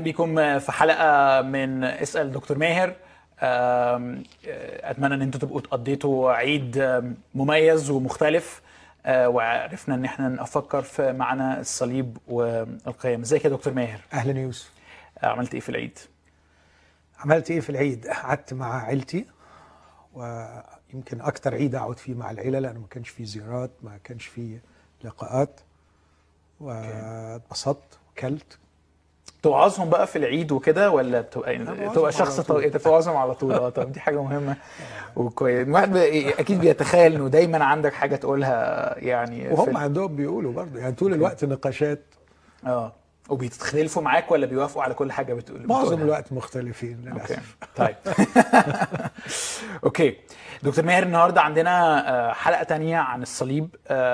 بكم في حلقة من اسأل دكتور ماهر. أتمنى أن أنتوا تبقوا تقضيتوا عيد مميز ومختلف، وعرفنا أن احنا نفكر في معنى الصليب والقيامة. ازيك يا دكتور ماهر؟ أهلا يوسف. عملت إيه في العيد؟ عملت إيه في العيد؟ قعدت مع عيلتي، ويمكن أكتر عيد أقعد فيه مع العيلة، لأنه ما كانش فيه زيارات، ما كانش فيه لقاءات، واتبسطت وكلت. توعظهم بقى في العيد وكده، ولا بتبقى شخص توعظهم على طول؟ طب دي حاجه مهمه وكويس. الواحد اكيد بيتخيل انه دايما عندك حاجه تقولها يعني، وهم عندهم بيقولوا برضه يعني طول الوقت نقاشات. وبيتخلفوا معاك ولا بيوافقوا على كل حاجه بتقولها؟ معظم الوقت مختلفين للاسف. طيب. اوكي دكتور ماهر، النهارده عندنا حلقه تانية عن الصليب.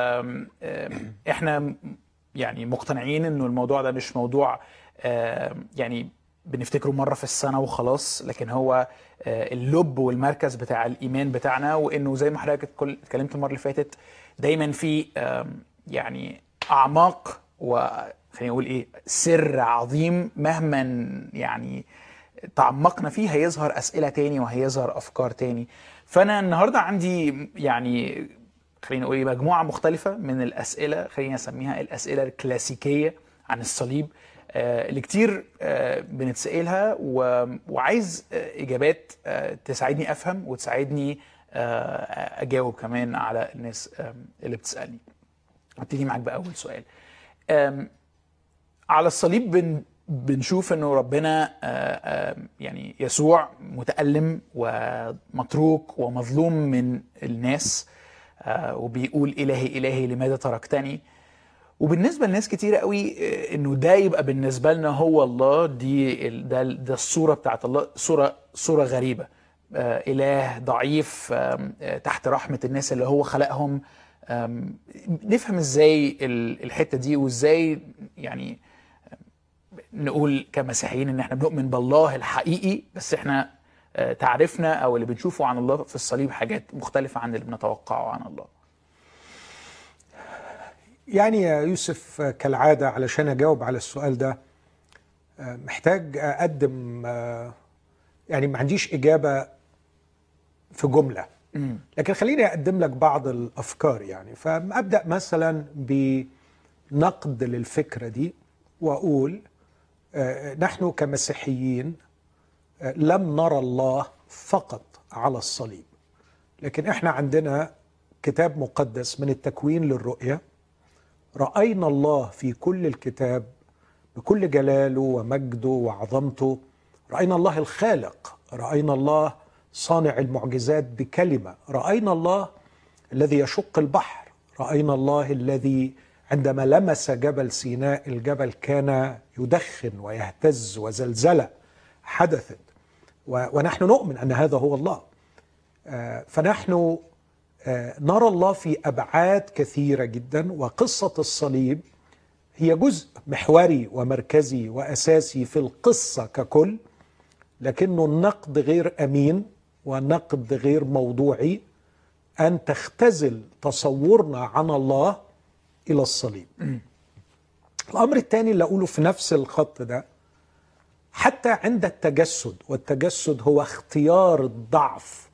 احنا يعني مقتنعين انه الموضوع ده مش موضوع يعني بنفتكره مرة في السنة وخلاص، لكن هو اللب والمركز بتاع الإيمان بتاعنا، وإنه زي ما حضرتك اتكلمت المرة اللي فاتت دايما في يعني أعماق، وخلينا نقول إيه، سر عظيم مهما يعني تعمقنا فيه هيظهر أسئلة تاني وهيظهر أفكار تاني. فأنا النهاردة عندي يعني خلينا نقول مجموعة مختلفة من الأسئلة، خلينا نسميها الأسئلة الكلاسيكية عن الصليب، اللي كتير بنتسألها، وعايز إجابات تساعدني أفهم وتساعدني أجاوب كمان على الناس اللي بتسألني. ابتدي معاك بأول سؤال. على الصليب بنشوف أنه ربنا يعني يسوع متألم ومتروك ومظلوم من الناس، وبيقول إلهي إلهي لماذا تركتني. وبالنسبه لناس كتيره قوي انه ده يبقى بالنسبه لنا هو الله، ده الصوره بتاعت الله، صوره غريبه، اله ضعيف تحت رحمه الناس اللي هو خلقهم. نفهم ازاي الحته دي، وازاي يعني نقول كمسيحيين ان احنا بنؤمن بالله الحقيقي، بس احنا تعرفنا او اللي بنشوفه عن الله في الصليب حاجات مختلفه عن اللي بنتوقعه عن الله. يعني يا يوسف، كالعادة علشان أجاوب على السؤال ده محتاج أقدم، يعني ما عنديش إجابة في جملة، لكن خليني أقدم لك بعض الأفكار. يعني فأبدأ مثلا بنقد للفكرة دي وأقول نحن كمسيحيين لم نرى الله فقط على الصليب، لكن إحنا عندنا كتاب مقدس من التكوين للرؤية، رأينا الله في كل الكتاب بكل جلاله ومجده وعظمته. رأينا الله الخالق، رأينا الله صانع المعجزات بكلمة، رأينا الله الذي يشق البحر، رأينا الله الذي عندما لمس جبل سيناء الجبل كان يدخن ويهتز وزلزلة حدثت، ونحن نؤمن أن هذا هو الله. فنحن نرى الله في أبعاد كثيرة جدا، وقصة الصليب هي جزء محوري ومركزي وأساسي في القصة ككل، لكنه النقد غير أمين ونقد غير موضوعي أن تختزل تصورنا عن الله إلى الصليب. الأمر الثاني اللي أقوله في نفس الخط ده، حتى عند التجسد، والتجسد هو اختيار الضعف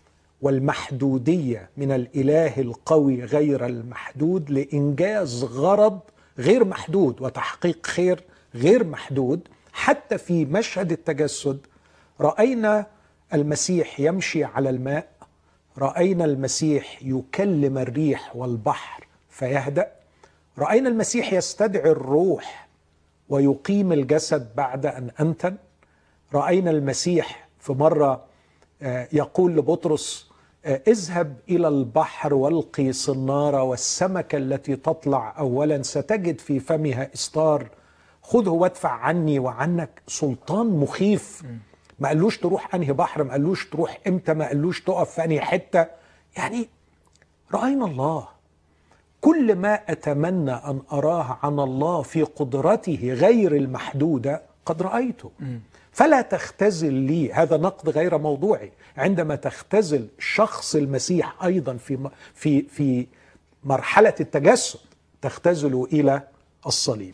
والمحدودية من الإله القوي غير المحدود لإنجاز غرض غير محدود وتحقيق خير غير محدود. حتى في مشهد التجسد رأينا المسيح يمشي على الماء، رأينا المسيح يكلم الريح والبحر فيهدأ، رأينا المسيح يستدعي الروح ويقيم الجسد بعد أن أنتن، رأينا المسيح في مرة يقول لبطرس اذهب إلى البحر والقي صنارة، والسمكة التي تطلع أولا ستجد في فمها إستار، خذه وادفع عني وعنك. سلطان مخيف، ما قالوش تروح أنهي بحر، ما قالوش تروح إمتى، ما قالوش تقف في أنهي حتة. يعني رأينا الله. كل ما أتمنى أن أراه عن الله في قدرته غير المحدودة قد رأيته. فلا تختزل لي، هذا نقد غير موضوعي، عندما تختزل شخص المسيح أيضا في مرحلة التجسد تختزل إلى الصليب.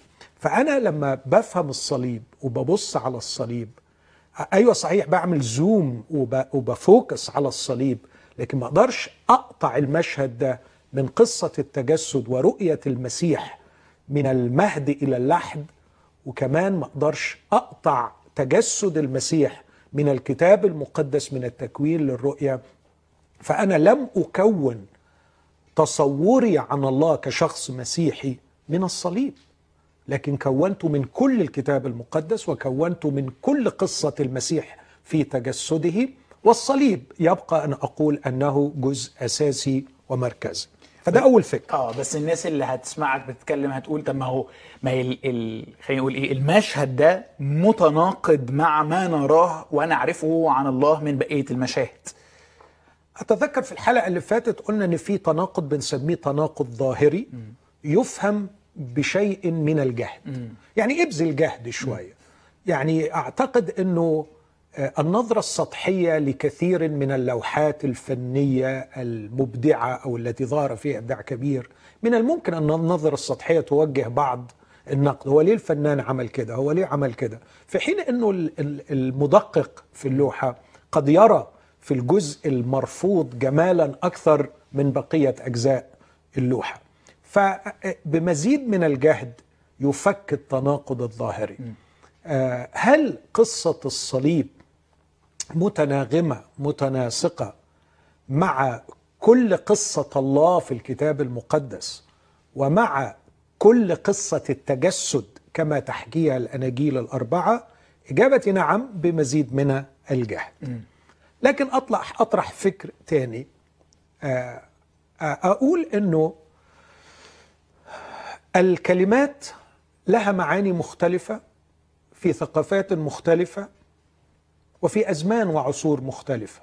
فأنا لما بفهم الصليب وببص على الصليب، أيوة صحيح بعمل زوم وبفوكس على الصليب، لكن ما أقدرش أقطع المشهد ده من قصة التجسد ورؤية المسيح من المهد إلى اللحد، وكمان ما أقدرش أقطع تجسد المسيح من الكتاب المقدس من التكوين للرؤية. فأنا لم أكون تصوري عن الله كشخص مسيحي من الصليب، لكن كونته من كل الكتاب المقدس، وكونته من كل قصة المسيح في تجسده، والصليب يبقى أن أقول أنه جزء أساسي ومركزي. فده أول فكرة. بس الناس اللي هتسمعك بتتكلم هتقول طب ما هو خلينا نقول ايه، المشهد ده متناقض مع ما نراه ونعرفه عن الله من بقية المشاهد. أتذكر في الحلقة اللي فاتت قلنا أن في تناقض بنسميه تناقض ظاهري يفهم بشيء من الجهد. يعني ابذل جهد شوية. يعني أعتقد أنه النظرة السطحية لكثير من اللوحات الفنية المبدعة أو التي ظهر فيها إبداع كبير، من الممكن أن النظرة السطحية توجه بعض النقد، هو ليه الفنان عمل كده، هو ليه عمل كده، في حين أنه المدقق في اللوحة قد يرى في الجزء المرفوض جمالا أكثر من بقية أجزاء اللوحة. فبمزيد من الجهد يفك التناقض الظاهري. هل قصة الصليب متناغمة متناسقة مع كل قصة الله في الكتاب المقدس ومع كل قصة التجسد كما تحكيها الأناجيل الأربعة؟ إجابتي نعم بمزيد من الجهد. لكن أطرح فكر تاني، أقول أنه الكلمات لها معاني مختلفة في ثقافات مختلفة وفي أزمان وعصور مختلفة.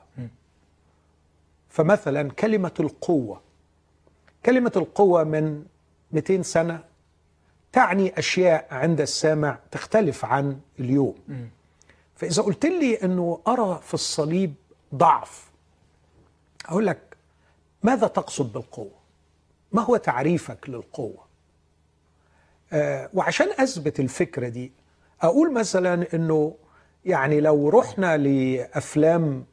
فمثلا كلمة القوة من 200 سنة تعني أشياء عند السامع تختلف عن اليوم. فإذا قلت لي أنه أرى في الصليب ضعف، أقول لك ماذا تقصد بالقوة؟ ما هو تعريفك للقوة؟ وعشان أثبت الفكرة دي أقول مثلا أنه يعني لو رحنا لأفلام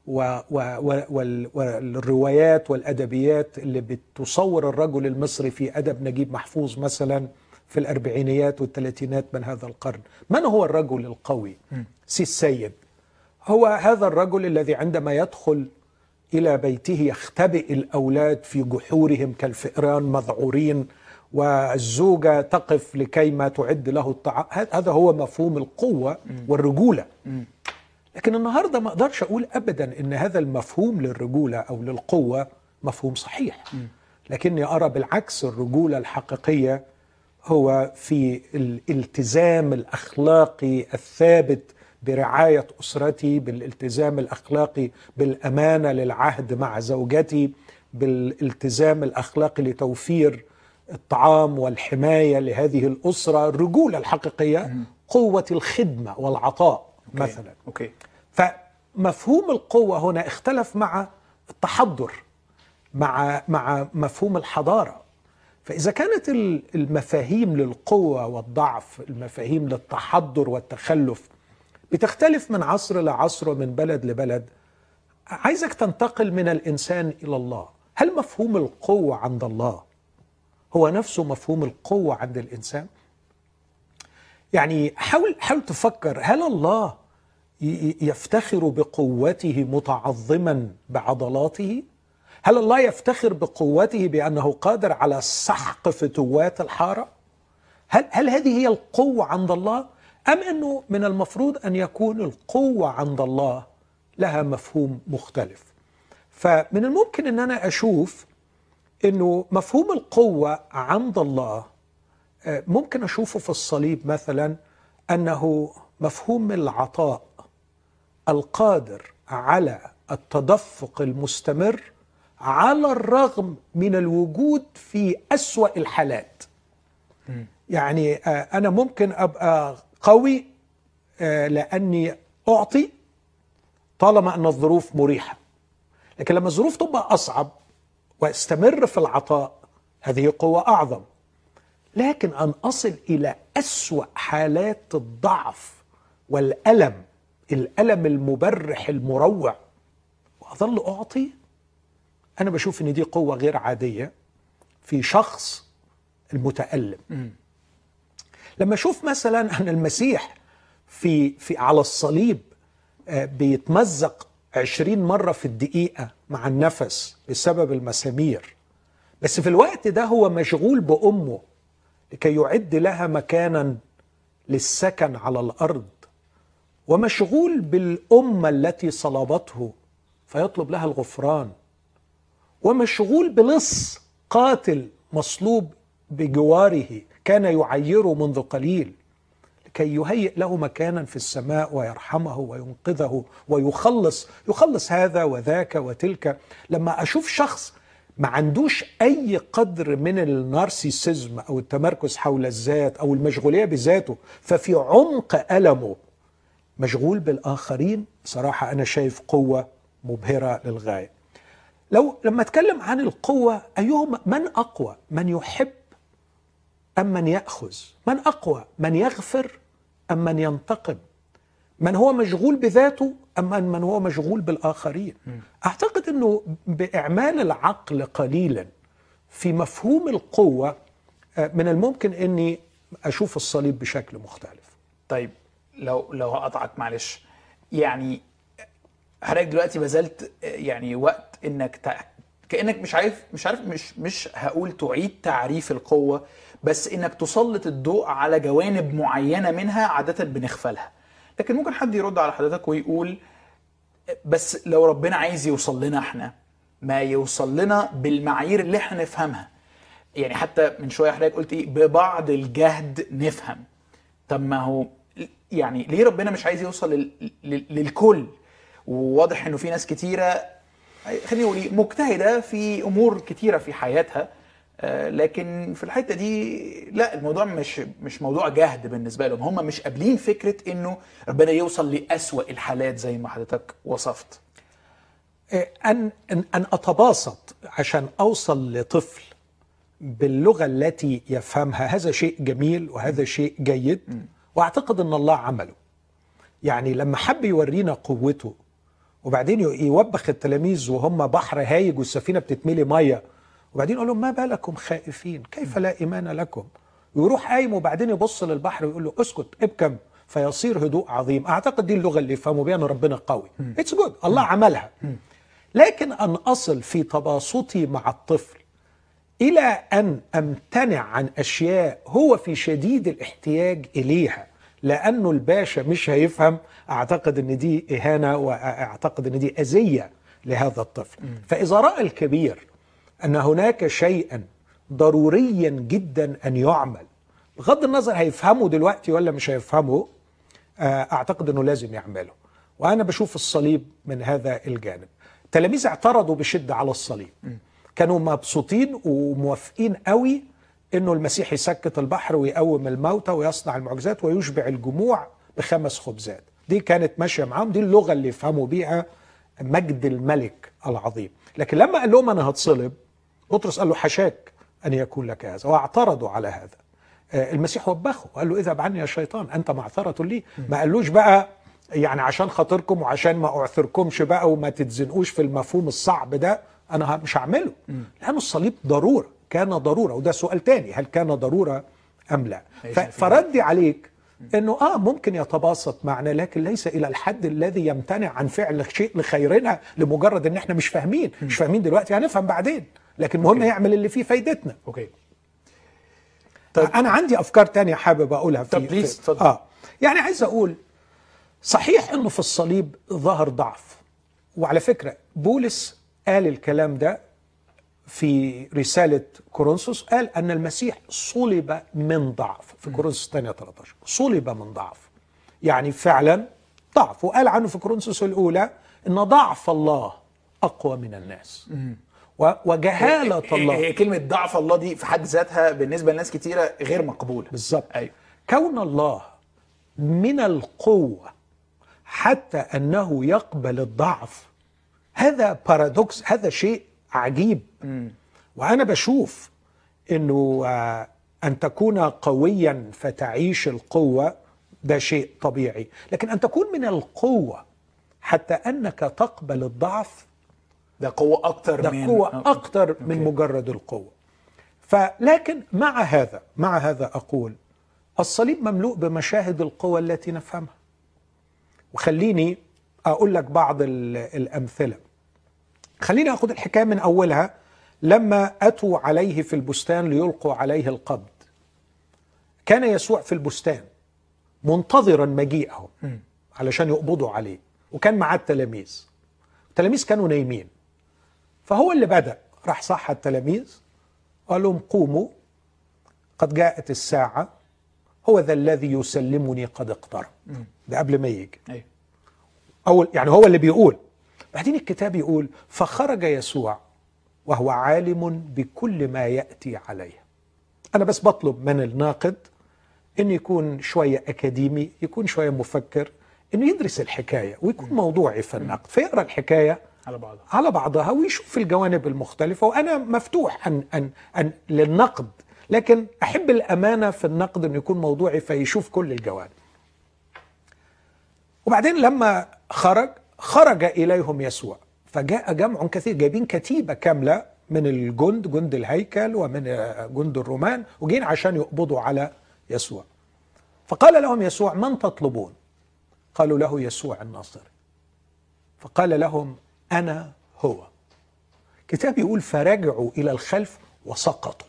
والروايات والأدبيات اللي بتصور الرجل المصري في أدب نجيب محفوظ مثلا في الأربعينيات والثلاثينات من هذا القرن، من هو الرجل القوي؟ سي السيد هو هذا الرجل الذي عندما يدخل إلى بيته يختبئ الأولاد في جحورهم كالفئران مذعورين، والزوجة تقف لكيما تعد له الطعام. هذا هو مفهوم القوة والرجولة. لكن النهاردة ما أقدرش أقول أبدا إن هذا المفهوم للرجولة أو للقوة مفهوم صحيح، لكني أرى بالعكس الرجولة الحقيقية هو في الالتزام الأخلاقي الثابت برعاية أسرتي، بالالتزام الأخلاقي بالأمانة للعهد مع زوجتي، بالالتزام الأخلاقي لتوفير الطعام والحماية لهذه الأسرة. الرجولة الحقيقية قوة الخدمة والعطاء مثلا. فمفهوم القوة هنا اختلف مع التحضر، مع مفهوم الحضارة. فإذا كانت المفاهيم للقوة والضعف، المفاهيم للتحضر والتخلف بتختلف من عصر لعصر ومن بلد لبلد، عايزك تنتقل من الإنسان إلى الله. هل مفهوم القوة عند الله هو نفسه مفهوم القوة عند الإنسان؟ يعني حاول تفكر، هل الله يفتخر بقوته متعظما بعضلاته؟ هل الله يفتخر بقوته بأنه قادر على سحق فتوات الحارة؟ هل هذه هي القوة عند الله؟ أم أنه من المفروض أن يكون القوة عند الله لها مفهوم مختلف؟ فمن الممكن أن أنا أشوف أنه مفهوم القوة عند الله ممكن أشوفه في الصليب مثلا أنه مفهوم العطاء القادر على التدفق المستمر على الرغم من الوجود في أسوأ الحالات. يعني أنا ممكن أبقى قوي لأني أعطي طالما أن الظروف مريحة، لكن لما الظروف تبقى أصعب واستمر في العطاء، هذه قوة أعظم. لكن أن أصل إلى أسوأ حالات الضعف والألم، الألم المبرح المروع، وأظل أعطي، أنا بشوف إن دي قوة غير عادية في شخص المتألم. لما أشوف مثلا أن المسيح في على الصليب بيتمزق 20 مرة في الدقيقة مع النفس بسبب المسامير، بس في الوقت ده هو مشغول بأمه لكي يعد لها مكانا للسكن على الأرض، ومشغول بالأمة التي صلبته فيطلب لها الغفران، ومشغول بلص قاتل مصلوب بجواره كان يعيره منذ قليل لكي يهيئ له مكانا في السماء ويرحمه وينقذه ويخلص هذا وذاك وتلك. لما أشوف شخص ما عندوش أي قدر من النارسيسيزم أو التمركز حول الذات أو المشغولية بذاته، ففي عمق ألمه مشغول بالآخرين، صراحة أنا شايف قوة مبهرة للغاية. لما أتكلم عن القوة، أيهما من أقوى؟ من يحب أم من يأخذ؟ من أقوى؟ من يغفر أم من ينتقم؟ من هو مشغول بذاته أم من هو مشغول بالآخرين؟ أعتقد أنه بإعمال العقل قليلا في مفهوم القوة من الممكن أني أشوف الصليب بشكل مختلف. طيب لو هقطعك معلش، يعني حضرتك دلوقتي بذلت يعني وقت انك كأنك مش هقول تعيد تعريف القوة، بس انك تسلط الضوء على جوانب معينة منها عادة بنغفلها. لكن ممكن حد يرد على حضرتك ويقول بس لو ربنا عايز يوصل لنا احنا، ما يوصل لنا بالمعايير اللي احنا نفهمها. يعني حتى من شوية حضرتك قلت ايه؟ ببعض الجهد نفهم. طب ما هو يعني ليه ربنا مش عايز يوصل للكل؟ وواضح انه في ناس كتيرة خليني اقول مجتهدة في امور كتيرة في حياتها، لكن في الحتة دي لا، الموضوع مش موضوع جهد بالنسبة لهم. هم مش قابلين فكرة انه ربنا يوصل لأسوأ الحالات زي ما حضرتك وصفت. أن أتباسط عشان أوصل لطفل باللغة التي يفهمها، هذا شيء جميل وهذا شيء جيد، وأعتقد أن الله عمله. يعني لما حب يورينا قوته وبعدين يوبخ التلاميذ وهم بحر هايج والسفينة بتتملي مية، وبعدين يقول لهم ما بالكم خائفين، كيف لا إيمان لكم؟ ويروح قايم وبعدين يبص للبحر ويقول له اسكت ابكم فيصير هدوء عظيم. أعتقد دي اللغة اللي يفهموا بها أن ربنا قوي. It's good، الله عملها. لكن أن أصل في تباسطي مع الطفل إلى أن أمتنع عن أشياء هو في شديد الاحتياج إليها لأنه الباشا مش هيفهم، أعتقد أن دي إهانة، وأعتقد أن دي أذية لهذا الطفل. فإذا رأى الكبير أن هناك شيئا ضروريا جدا أن يعمل، بغض النظر هيفهمه دلوقتي ولا مش هيفهمه، أعتقد أنه لازم يعمله. وأنا بشوف الصليب من هذا الجانب. التلاميذ اعترضوا بشدة على الصليب، كانوا مبسوطين وموافقين قوي انه المسيح يسكت البحر ويقوم الموتى ويصنع المعجزات ويشبع الجموع ب5 خبزات. دي كانت ماشيه معاهم، دي اللغه اللي يفهموا بيها مجد الملك العظيم. لكن لما قال لهم انا هتصلب، بطرس قال له حشاك ان يكون لك هذا، واعترضوا على هذا. المسيح وبخه وقال له اذهب عني يا شيطان انت معثره لي. ما قالوش بقى يعني عشان خاطركم وعشان ما اعثركمش بقى وما تتزنقوش في المفهوم الصعب ده انا مش هعمله، لانه الصليب ضروره، كان ضروره. وده سؤال تاني، هل كان ضروره ام لا؟ فردي عليك انه ممكن يتباسط معنا، لكن ليس الى الحد الذي يمتنع عن فعل شيء لخيرنا لمجرد ان احنا مش فاهمين دلوقتي، هنفهم بعدين، لكن مهم يعمل اللي فيه فايدتنا. طيب انا عندي افكار تانية حابب اقولها في يعني عايز اقول صحيح انه في الصليب ظهر ضعف، وعلى فكرة بولس قال الكلام ده في رسالة كورنثوس، قال أن المسيح صلب من ضعف في كورنثوس 2:13، صلب من ضعف، يعني فعلا ضعف. وقال عنه في كورنثوس الأولى أن ضعف الله أقوى من الناس وجهالة الله. هي كلمة ضعف الله دي في حد ذاتها بالنسبة لناس كتيرة غير مقبولة. بالظبط. كون الله من القوة حتى أنه يقبل الضعف، هذا بارادوكس، هذا شيء عجيب. وأنا بشوف أنه أن تكون قويا فتعيش القوة ده شيء طبيعي، لكن أن تكون من القوة حتى أنك تقبل الضعف ده قوة أكتر ده قوة أكتر من مجرد القوة. لكن مع هذا أقول الصليب مملوء بمشاهد القوة التي نفهمها. وخليني أقول لك بعض الأمثلة. خليني أخذ الحكاية من أولها. لما أتوا عليه في البستان ليلقوا عليه القبض، كان يسوع في البستان منتظرا مجيئهم علشان يقبضوا عليه، وكان معاه التلاميذ كانوا نايمين، فهو اللي بدأ راح صحى التلاميذ قال لهم قوموا قد جاءت الساعة، هو ذا الذي يسلمني قد اقترب. ده قبل ما يجي. يعني هو اللي بيقول. بعدين الكتاب يقول فخرج يسوع وهو عالم بكل ما يأتي عليه. أنا بس بطلب من الناقد إن يكون شوية أكاديمي، يكون شوية مفكر، إنه يدرس الحكاية ويكون موضوعي في النقد، فيقرأ الحكاية على بعضها ويشوف الجوانب المختلفة. وأنا مفتوح أن للنقد، لكن أحب الأمانة في النقد أن يكون موضوعي فيشوف كل الجوانب. وبعدين لما خرج إليهم يسوع، فجاء جمع كثير، جايبين كتيبة كاملة من جند الهيكل ومن جند الرومان، وجين عشان يقبضوا على يسوع. فقال لهم يسوع من تطلبون؟ قالوا له يسوع الناصري. فقال لهم أنا هو. كتاب يقول فرجعوا إلى الخلف وسقطوا.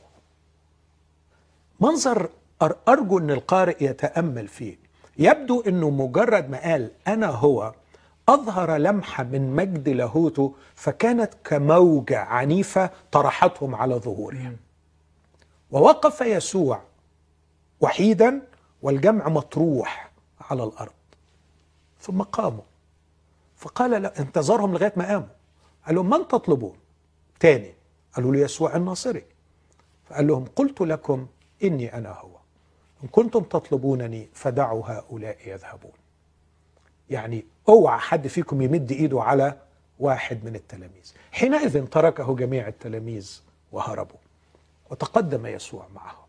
منظر أرجو أن القارئ يتأمل فيه. يبدو أنه مجرد ما قال أنا هو أظهر لمحة من مجد لاهوته، فكانت كموجة عنيفة طرحتهم على ظهورهم. ووقف يسوع وحيدا والجمع مطروح على الأرض، ثم قاموا. فقال لا، انتظرهم لغاية ما قاموا. قال لهم من تطلبون؟ تاني قالوا له يسوع الناصري. فقال لهم قلت لكم إني أنا هو، إن كنتم تطلبونني فدعوا هؤلاء يذهبون. يعني اوعى حد فيكم يمد ايده على واحد من التلاميذ. حينئذ تركه جميع التلاميذ وهربوا، وتقدم يسوع معهم.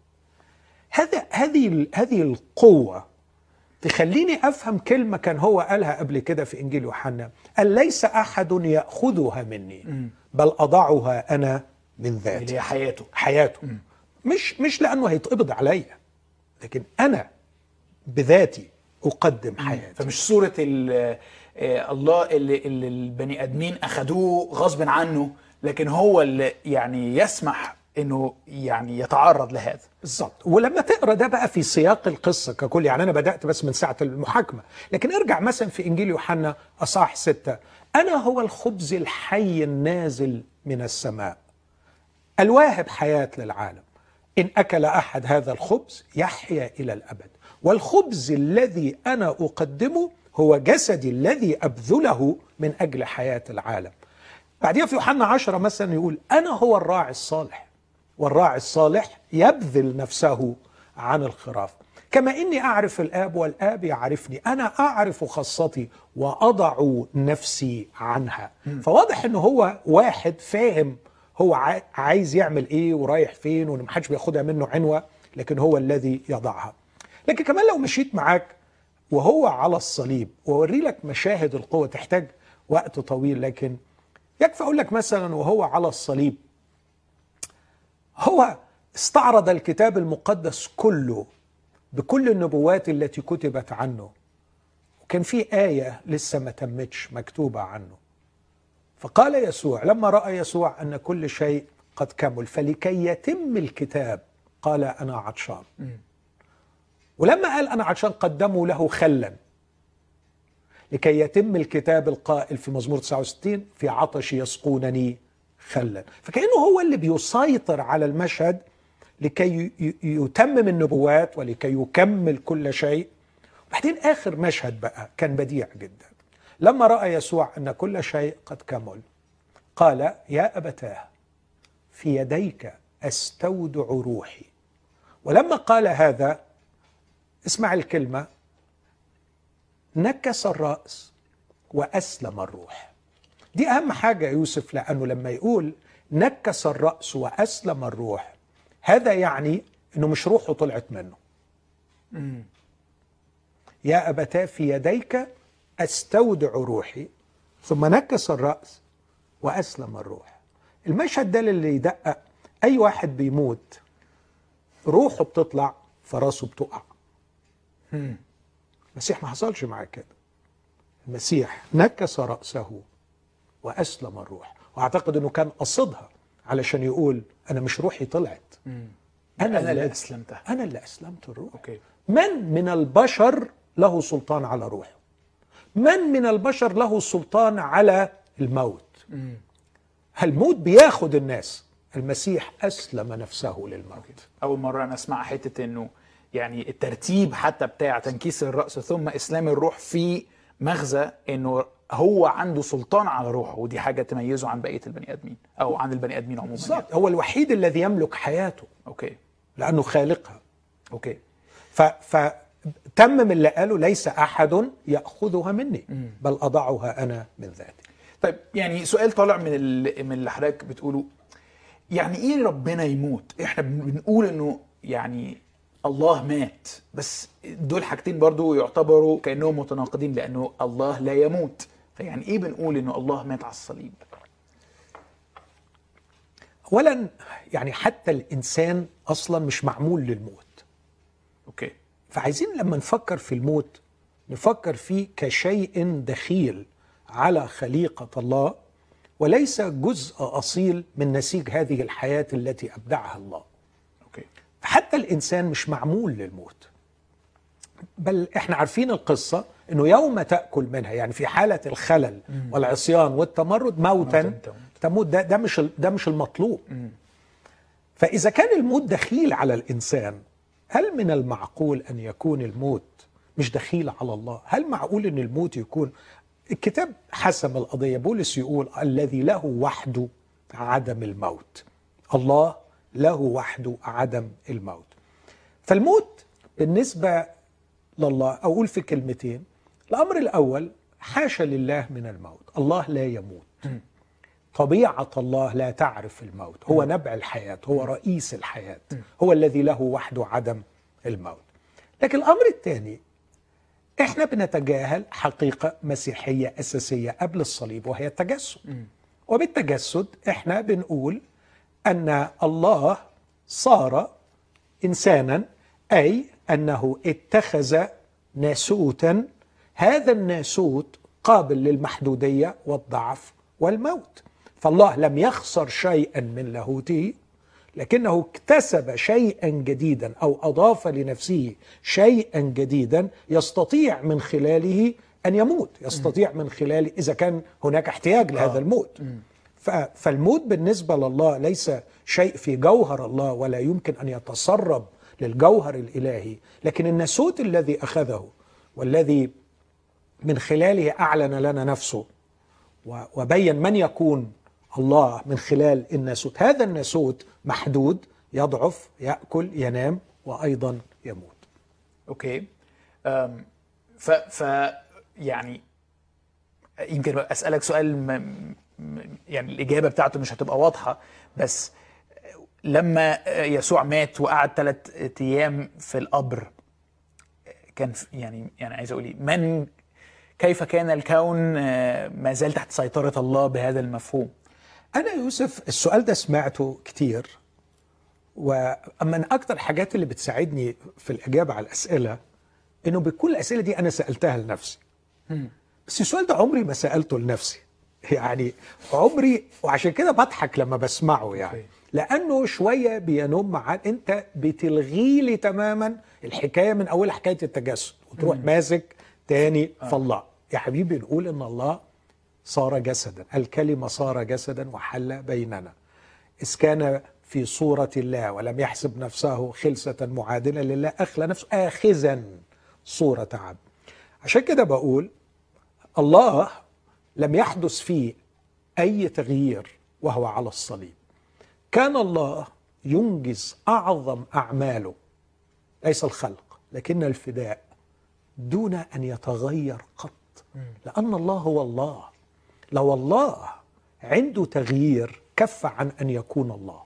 هذه القوة تخليني أفهم كلمة كان هو قالها قبل كده في إنجيل يوحنا، قال ليس أحد يأخذها مني بل أضعها أنا من ذاتي. اللي هي حياته. مش لأنه هيتقبض عليا، لكن أنا بذاتي أقدم حياتي. فمش صورة الله اللي البني آدمين أخدوه غصب عنه، لكن هو اللي يعني يسمح إنه يعني يتعرض لهذا. بالضبط. ولما تقرأ ده بقى في سياق القصة ككل، يعني أنا بدأت بس من ساعة المحاكمة، لكن ارجع مثلا في إنجيل يوحنا أصحاح 6، أنا هو الخبز الحي النازل من السماء الواهب حياة للعالم، إن أكل أحد هذا الخبز يحيا إلى الأبد، والخبز الذي أنا أقدمه هو جسدي الذي أبذله من أجل حياة العالم. بعدين في يوحنا 10 مثلا يقول أنا هو الراعي الصالح، والراعي الصالح يبذل نفسه عن الخراف، كما إني أعرف الآب والآب يعرفني، أنا أعرف خاصتي وأضع نفسي عنها. فواضح أنه هو واحد فاهم هو عايز يعمل إيه ورايح فين، ومحدش بياخدها منه عنوة، لكن هو الذي يضعها. لكن كمان لو مشيت معاك وهو على الصليب ووري لك مشاهد القوة، تحتاج وقت طويل، لكن يكفي أقول لك مثلا وهو على الصليب هو استعرض الكتاب المقدس كله بكل النبوات التي كتبت عنه، وكان في آية لسه ما تمتش مكتوبة عنه. فقال يسوع لما رأى يسوع أن كل شيء قد كمل فلكي يتم الكتاب قال أنا عطشان. ولما قال أنا عطشان قدموا له خلا لكي يتم الكتاب القائل في مزمور 69 في عطش يسقونني خلا. فكأنه هو اللي بيسيطر على المشهد لكي يتمم النبوات ولكي يكمل كل شيء. وبعدين آخر مشهد بقى كان بديع جدا، لما رأى يسوع أن كل شيء قد كمل قال يا أبتاه في يديك أستودع روحي. ولما قال هذا اسمع الكلمة، نكس الرأس وأسلم الروح. دي أهم حاجة يوسف، لأنه لما يقول نكس الرأس وأسلم الروح هذا يعني إنه مش روحه طلعت منه. يا أبتاه في يديك أستودع روحي، ثم نكس الرأس وأسلم الروح. المشهد ده اللي يدقق، أي واحد بيموت روحه بتطلع فراسه بتقع. المسيح ما حصلش معاه كده. المسيح نكس رأسه وأسلم الروح، وأعتقد أنه كان قصدها علشان يقول أنا مش روحي طلعت، أنا اللي أسلمتها، أنا اللي أسلمت الروح. أوكي. من البشر له سلطان على روحه؟ من البشر له سلطان على الموت؟ الموت بياخد الناس، المسيح أسلم نفسه للموت. أول مرة أنا أسمع حتة أنه يعني الترتيب حتى بتاع تنكيس الرأس ثم إسلام الروح في مغزى أنه هو عنده سلطان على روحه، ودي حاجة تميزه عن بقية البني آدمين أو عن البني آدمين عموما. بالضبط، هو الوحيد الذي يملك حياته. أوكي. لأنه خالقها. أوكي. فتمم اللي قاله ليس أحد يأخذها مني بل أضعها أنا من ذاتي. طيب يعني سؤال طالع من اللي حضرتك بتقوله، يعني ايه ربنا يموت؟ احنا بنقول انه يعني الله مات، بس دول حاجتين برضو يعتبروا كأنهم متناقضين لأنه الله لا يموت. فيعني ايه بنقول انه الله مات على الصليب؟ أولا يعني حتى الإنسان أصلا مش معمول للموت. اوكي. فعايزين لما نفكر في الموت نفكر فيه كشيء دخيل على خليقة الله، وليس جزء أصيل من نسيج هذه الحياة التي أبدعها الله. أوكي. فحتى الإنسان مش معمول للموت، بل إحنا عارفين القصة أنه يوم تأكل منها، يعني في حالة الخلل والعصيان والتمرد موتا تموت. ده مش المطلوب. فإذا كان الموت دخيل على الإنسان، هل من المعقول أن يكون الموت مش دخيل على الله؟ هل معقول أن الموت يكون؟ الكتاب حسم القضية، بولس يقول الذي له وحده عدم الموت. الله له وحده عدم الموت. فالموت بالنسبة لله، أقول في كلمتين. الأمر الأول، حاشا لله من الموت، الله لا يموت. طبيعة الله لا تعرف الموت، هو نبع الحياة، هو رئيس الحياة، هو الذي له وحده عدم الموت. لكن الأمر الثاني، احنا بنتجاهل حقيقة مسيحية أساسية قبل الصليب، وهي التجسد. وبالتجسد احنا بنقول أن الله صار إنسانا، أي أنه اتخذ ناسوتا. هذا الناسوت قابل للمحدودية والضعف والموت. فالله لم يخسر شيئا من لاهوته، لكنه اكتسب شيئا جديدا أو أضاف لنفسه شيئا جديدا يستطيع من خلاله أن يموت، يستطيع من خلاله إذا كان هناك احتياج لهذا الموت. فالموت بالنسبة لله ليس شيء في جوهر الله، ولا يمكن أن يتسرب للجوهر الإلهي، لكن الناسوت الذي أخذه والذي من خلاله أعلن لنا نفسه وبين من يكون الله من خلال الناسوت. هذا الناسوت محدود، يضعف، يأكل، ينام، وأيضا يموت. أوكي. يعني يمكن أسألك سؤال يعني الإجابة بتاعته مش هتبقى واضحة، بس لما يسوع مات وقعد 3 أيام في القبر، كان يعني عايز أقول كيف كان الكون ما زال تحت سيطرة الله بهذا المفهوم؟ أنا يوسف السؤال ده سمعته كتير، ومن أكتر الحاجات اللي بتساعدني في الإجابة على الأسئلة إنه بكل الأسئلة دي أنا سألتها لنفسي. بس السؤال ده عمري ما سألته لنفسي، يعني عمري، وعشان كده بضحك لما بسمعه يعني. لأنه شوية بينم معاك، أنت بتلغي لي تماما الحكاية من أول حكاية التجسد وتروح ماسك تاني فالله. يا حبيبي نقول إن الله صار جسدا، الكلمة صار جسدا وحل بيننا، إذ كان في صورة الله ولم يحسب نفسه خلسة معادلة لله، أخلى نفسه آخذا صورة عبد. عشان كده بقول الله لم يحدث فيه أي تغيير وهو على الصليب. كان الله ينجز أعظم أعماله، ليس الخلق لكن الفداء، دون أن يتغير قط، لأن الله هو الله. لو الله عنده تغيير كف عن أن يكون الله.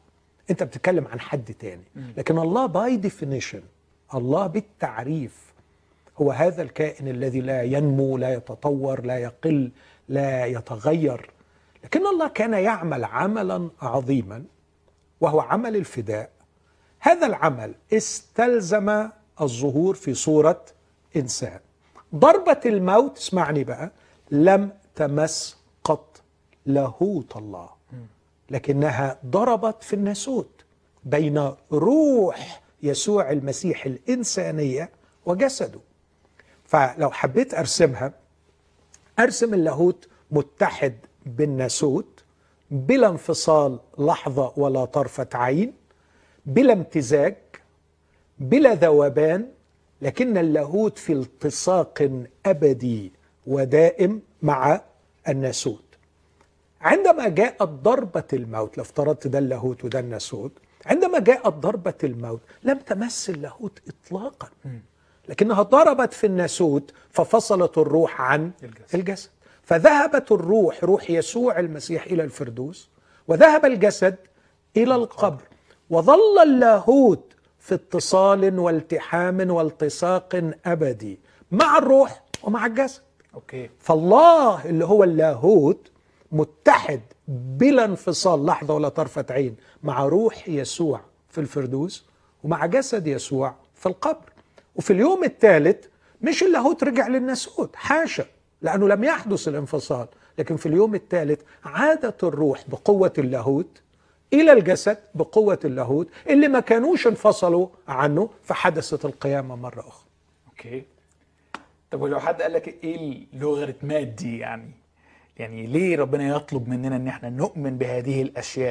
انت بتتكلم عن حد تاني. لكن الله باي ديفينيشن، الله بالتعريف هو هذا الكائن الذي لا ينمو، لا يتطور، لا يقل، لا يتغير. لكن الله كان يعمل عملا عظيما وهو عمل الفداء. هذا العمل استلزم الظهور في صورة إنسان. ضربة الموت، اسمعني بقى، لم تمس قط لاهوت الله، لكنها ضربت في الناسوت بين روح يسوع المسيح الإنسانية وجسده. فلو حبيت أرسمها، أرسم اللاهوت متحد بالناسوت بلا انفصال لحظة ولا طرفة عين، بلا امتزاج، بلا ذوبان، لكن اللاهوت في التصاق أبدي ودائم مع الناسوت. عندما جاءت ضربة الموت، لو افترضت ده اللاهوت وده الناسوت، عندما جاءت ضربة الموت لم تمس اللاهوت إطلاقا، لكنها ضربت في الناسوت ففصلت الروح عن الجسد. فذهبت الروح، روح يسوع المسيح، إلى الفردوس، وذهب الجسد إلى القبر، وظل اللاهوت في اتصال والتحام والتصاق أبدي مع الروح ومع الجسد. فالله اللي هو اللاهوت متحد بلا انفصال لحظة ولا طرفة عين مع روح يسوع في الفردوس ومع جسد يسوع في القبر. وفي اليوم الثالث مش اللاهوت رجع للناسوت، حاشا، لأنه لم يحدث الانفصال، لكن في اليوم الثالث عادت الروح بقوة اللاهوت إلى الجسد بقوة اللاهوت اللي ما كانوش انفصلوا عنه، فحدثت القيامة مرة أخرى. أوكي. طب ولو حد قال لك إيه اللوغاريتمات دي؟ يعني ليه ربنا يطلب مننا إن احنا نؤمن بهذه الأشياء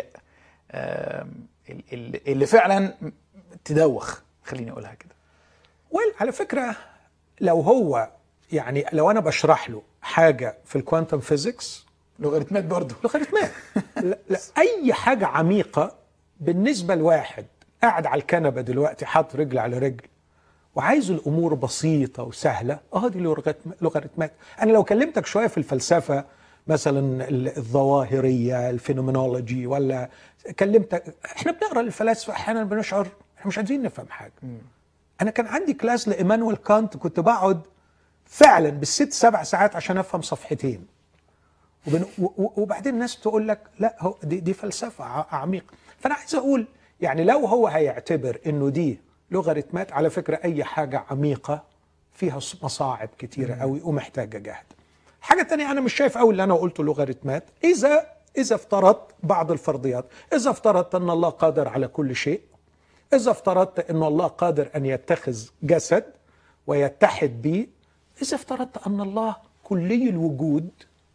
اللي فعلا تدوخ، خليني أقولها كده. على فكرة، لو هو يعني لو أنا بشرح له حاجة في الكوانتم فيزيكس، لوغاريتمات برضو، لوغاريتمات. لا، أي حاجة عميقة بالنسبة لواحد قاعد على الكنبة دلوقتي حاط رجل على رجل وعايز الأمور بسيطة وسهلة، دي لوغاريتمات. أنا لو كلمتك شوية في الفلسفة مثلا الظواهرية، الفينومينولوجي، ولا كلمتك، احنا بنقرأ الفلاسفة أحيانا بنشعر احنا مش عايزين نفهم حاجة. أنا كان عندي كلاس لإيمانويل كانت، كنت بقعد فعلا بال6-7 ساعات عشان أفهم صفحتين، وبعدين الناس تقول لك لا، هو دي فلسفة عميقة. فأنا عايز أقول يعني لو هو هيعتبر إنه دي لوغاريتمات، على فكرة أي حاجة عميقة فيها مصاعب كتيرة قوي ومحتاجة جهد. حاجة تانية، أنا مش شايف قوي اللي أنا قلته لوغاريتمات إذا افترضت بعض الفرضيات، إذا افترضت أن الله قادر على كل شيء، إذا افترضت أن الله قادر أن يتخذ جسد ويتحد به، إذا افترضت أن الله كلي الوجود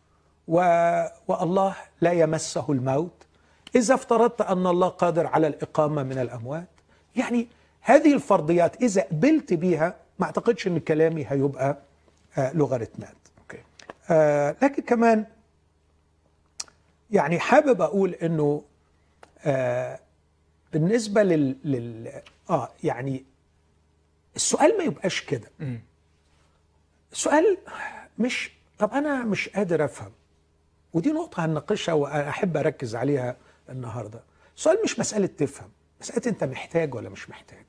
والله لا يمسه الموت، إذا افترضت أن الله قادر على الإقامة من الأموات، يعني هذه الفرضيات إذا قبلت بيها ما أعتقدش أن كلامي هيبقى لوغاريتمات. لكن كمان يعني حابب أقول أنه بالنسبة يعني السؤال ما يبقاش كده. السؤال مش طب أنا مش قادر أفهم، ودي نقطة هنناقشها وأحب أركز عليها النهاردة. السؤال مش مسألة تفهم، مسألة أنت محتاج ولا مش محتاج.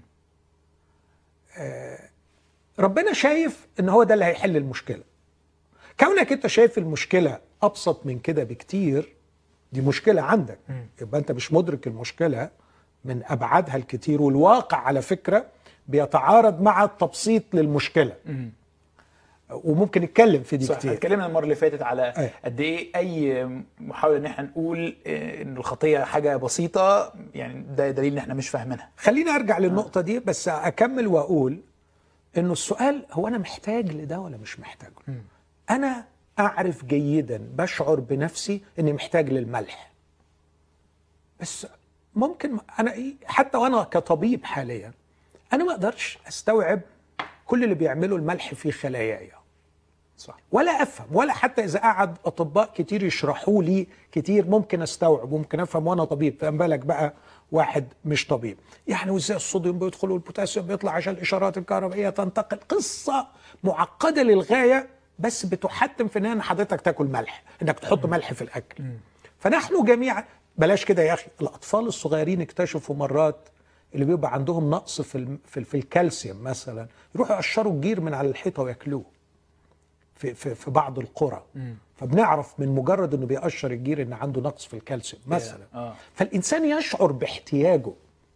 ربنا شايف إن هو ده اللي هيحل المشكلة. كونك أنت شايف المشكلة أبسط من كده بكتير، دي مشكلة عندك، يبقى أنت مش مدرك المشكلة من أبعادها الكتير، والواقع على فكرة بيتعارض مع التبسيط للمشكلة. وممكن نتكلم في دي كتير. اتكلمنا المرة اللي فاتت على قد ايه اي محاولة ان احنا نقول ان الخطية حاجة بسيطة، يعني ده دليل ان احنا مش فاهمينها. خليني ارجع للنقطة دي بس اكمل واقول انه السؤال هو انا محتاج لده ولا مش محتاج. انا اعرف جيدا، بشعر بنفسي اني محتاج للملح، بس ممكن انا حتى وانا كطبيب حاليا انا ما اقدرش استوعب كل اللي بيعمله الملح في خلاياي، صح، ولا افهم، ولا حتى اذا قعد اطباء كتير يشرحوا لي كتير ممكن استوعب وممكن افهم وانا طبيب، فما بالك بقى واحد مش طبيب. يعني وازاي الصوديوم بيدخل والبوتاسيوم بيطلع عشان الاشارات الكهربائيه تنتقل، قصه معقده للغايه، بس بتحتم في ان حضرتك تاكل ملح، انك تحط ملح في الاكل. فنحن جميعا بلاش كده يا اخي، الاطفال الصغيرين اكتشفوا مرات اللي بيبقى عندهم نقص في الكالسيوم مثلا يروحوا يقشروا الجير من على الحيطه وياكلوه في بعض القرى. فبنعرف من مجرد انه بيقشر الجير ان عنده نقص في الكالسيوم مثلا. فالانسان يشعر باحتياجه.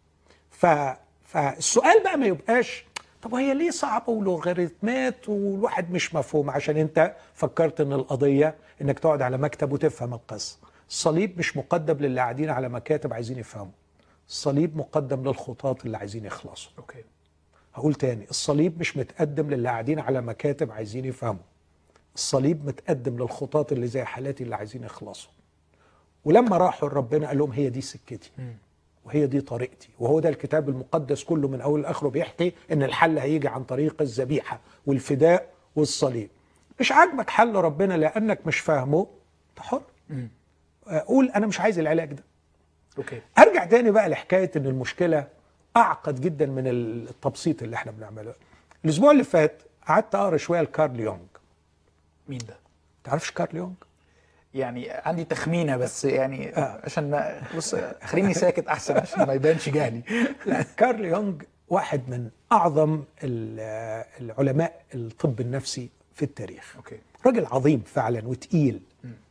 فالسؤال بقى ما يبقاش طب هي ليه صعبه ولوغاريتمات والواحد مش مفهوم، عشان انت فكرت ان القضيه انك تقعد على مكتب وتفهم القصه. الصليب مش مقدم للي قاعدين على مكاتب عايزين يفهموا، الصليب مقدم للخطاة اللي عايزين يخلصوا. اوكي. هقول تاني، الصليب مش متقدم للي قاعدين على مكاتب عايزين يفهموا، الصليب متقدم للخطاة اللي زي حالاتي اللي عايزين يخلصوا. ولما راحوا لربنا قال لهم هي دي سكتي وهي دي طريقتي، وهو ده الكتاب المقدس كله من اول لاخره بيحكي ان الحل هيجي عن طريق الذبيحه والفداء والصليب. مش عاجبك حل ربنا لانك مش فاهمه، انت حر. قول انا مش عايز العلاج ده. اوكي. ارجع تاني بقى لحكايه ان المشكله اعقد جدا من التبسيط اللي احنا بنعمله. الاسبوع اللي فات قعدت اقرا شويه لكارل يونغ. مين ده؟ تعرفش كارل يونغ؟ يعني عندي تخمينه بس يعني عشان ما بص خليني ساكت احسن عشان ما يبانش جهلي. لا، كارل يونغ واحد من اعظم العلماء الطب النفسي في التاريخ. اوكي. راجل عظيم فعلا وتقيل.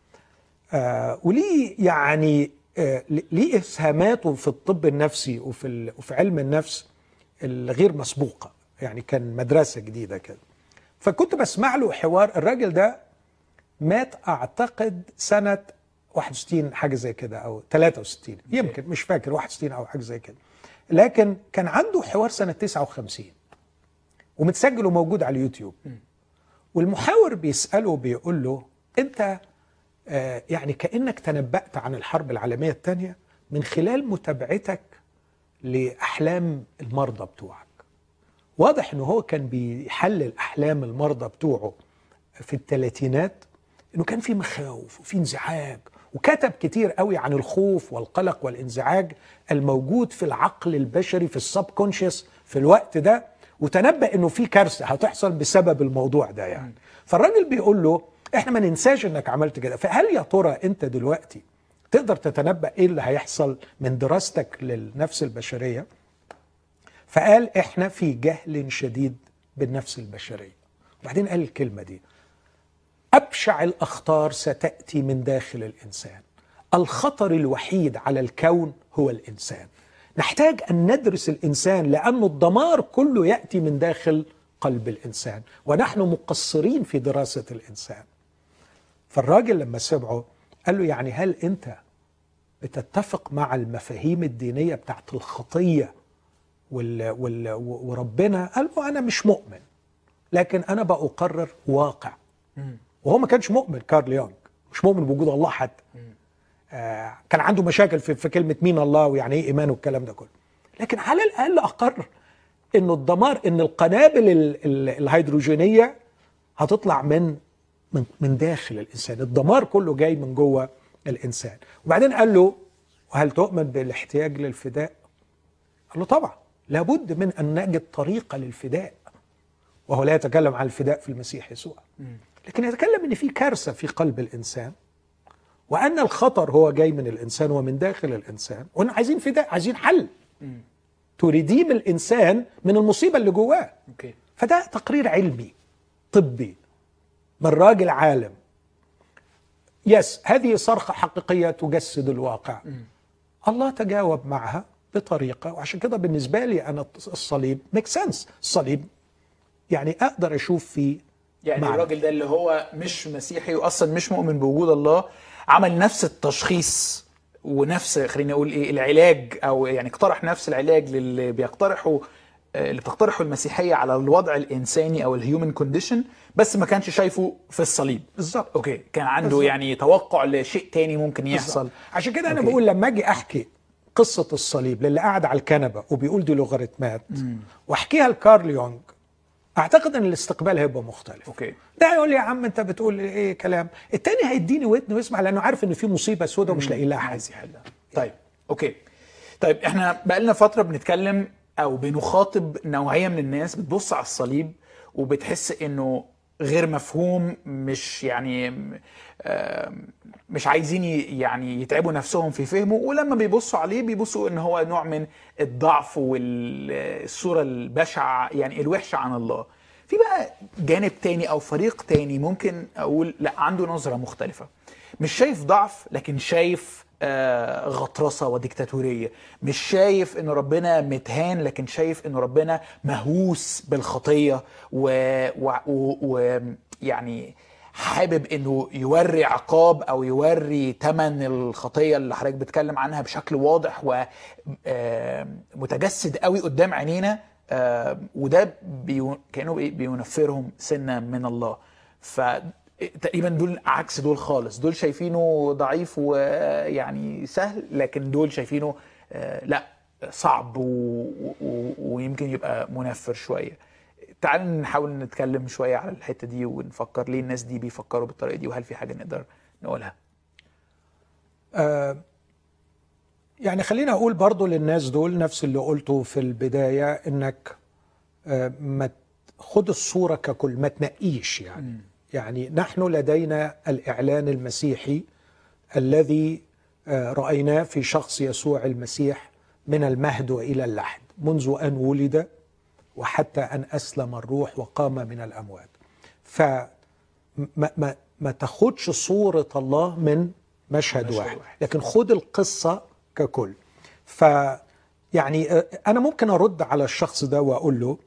وليه يعني ليه اسهاماته في الطب النفسي وفي علم النفس الغير مسبوقه، يعني كان مدرسه جديده كده. فكنت بسمع له حوار. الراجل ده مات اعتقد سنه 61 حاجه زي كده او 63 يمكن، مش فاكر 61 او حاجه زي كده. لكن كان عنده حوار سنه 59 ومتسجل وموجود على اليوتيوب. والمحاور بيساله بيقول له انت يعني كأنك تنبأت عن الحرب العالمية الثانية من خلال متابعتك لأحلام المرضى بتوعك. واضح انه هو كان بيحلل أحلام المرضى بتوعه في الثلاثينات، انه كان في مخاوف وفي انزعاج، وكتب كتير قوي عن الخوف والقلق والانزعاج الموجود في العقل البشري في السبكونشيس في الوقت ده، وتنبأ انه في كارثة هتحصل بسبب الموضوع ده يعني. فالراجل بيقول له احنا ما ننساش انك عملت كده، فهل يا ترى انت دلوقتي تقدر تتنبأ ايه اللي هيحصل من دراستك للنفس البشرية؟ فقال احنا في جهل شديد بالنفس البشرية. وبعدين قال الكلمة دي: أبشع الأخطار ستأتي من داخل الإنسان، الخطر الوحيد على الكون هو الإنسان. نحتاج أن ندرس الإنسان لأن الدمار كله يأتي من داخل قلب الإنسان، ونحن مقصرين في دراسة الإنسان. فالراجل لما سمعه قال له يعني هل أنت بتتفق مع المفاهيم الدينية بتاعت الخطية وربنا؟ قال له أنا مش مؤمن، لكن أنا بأقرر واقع. وهو ما كانش مؤمن، كارل يونغ مش مؤمن بوجود الله حتى. كان عنده مشاكل في كلمة مين الله ويعني ايه إيمان والكلام ده كله، لكن على الأقل أقر إنه الدمار، إن القنابل الهيدروجينية هتطلع من داخل الإنسان، الدمار كله جاي من جوه الإنسان. وبعدين قال له وهل تؤمن بالاحتياج للفداء؟ قال له طبعا، لابد من أن نجد طريقة للفداء. وهو لا يتكلم عن الفداء في المسيح يسوع، لكن يتكلم ان في كارثة في قلب الانسان، وان الخطر هو جاي من الانسان ومن داخل الانسان، وان عايزين فداء، عايزين حل تريديم الانسان من المصيبة اللي جواه. فده تقرير علمي طبي من راجل عالم. هذه صرخة حقيقية تجسد الواقع. الله تجاوب معها بطريقة، وعشان كده بالنسبة لي أنا الصليب ميك سنس. الصليب يعني أقدر أشوف فيه يعني معنى. الراجل ده اللي هو مش مسيحي وأصلا مش مؤمن بوجود الله عمل نفس التشخيص ونفس خليني أقول إيه العلاج، أو يعني اقترح نفس العلاج اللي بتقترحه المسيحية على الوضع الإنساني أو الهيومن كونديشن، بس ما كانش شايفه في الصليب. بالظبط. أوكي، كان عنده يعني توقع لشيء تاني ممكن يحصل. بالزبط. عشان كده أنا بقول لما أجي أحكي قصة الصليب للي قاعد على الكنبة وبيقول دي لوغاريتمات واحكيها لكارل يونغ، اعتقد ان الاستقبال هيبقى مختلف. ده يقول لي يا عم انت بتقول ايه كلام، التاني هيديني ودن ويسمع لانه عارف ان في مصيبه سوداء ومش لاقي لها حل. طيب طيب احنا بقالنا فتره بنتكلم او بنخاطب نوعيه من الناس بتبص على الصليب وبتحس انه غير مفهوم، مش يعني مش عايزين يعني يتعبوا نفسهم في فهمه، ولما بيبصوا عليه بيبصوا ان هو نوع من الضعف والصورة البشعة يعني الوحشة عن الله. في بقى جانب تاني او فريق تاني ممكن اقول لا، عنده نظرة مختلفة، مش شايف ضعف لكن شايف غطرسة وديكتاتورية، مش شايف ان ربنا متهان لكن شايف ان ربنا مهووس بالخطية يعني حابب انه يوري عقاب او يوري تمن الخطية اللي حضرتك بتكلم عنها بشكل واضح ومتجسد قوي قدام عينينا. وده كأنه بينفرهم سنة من الله. فتقريبا دول عكس دول خالص، دول شايفينه ضعيف ويعني سهل، لكن دول شايفينه لا، صعب ويمكن يبقى منفر شوية. تعال نحاول نتكلم شوية على الحتة دي ونفكر ليه الناس دي بيفكروا بالطريقة دي، وهل في حاجة نقدر نقولها؟ يعني خلينا أقول برضو للناس دول نفس اللي قلته في البداية، إنك ما خد الصورة ككل، ما تنقيش يعني نحن لدينا الإعلان المسيحي الذي رأيناه في شخص يسوع المسيح من المهد وإلى اللحد، منذ أن ولد وحتى أن أسلم الروح وقام من الأموات. ما تاخدش صورة الله من مشهد واحد، لكن خد القصة ككل. يعني أنا ممكن أرد على الشخص ده وأقول له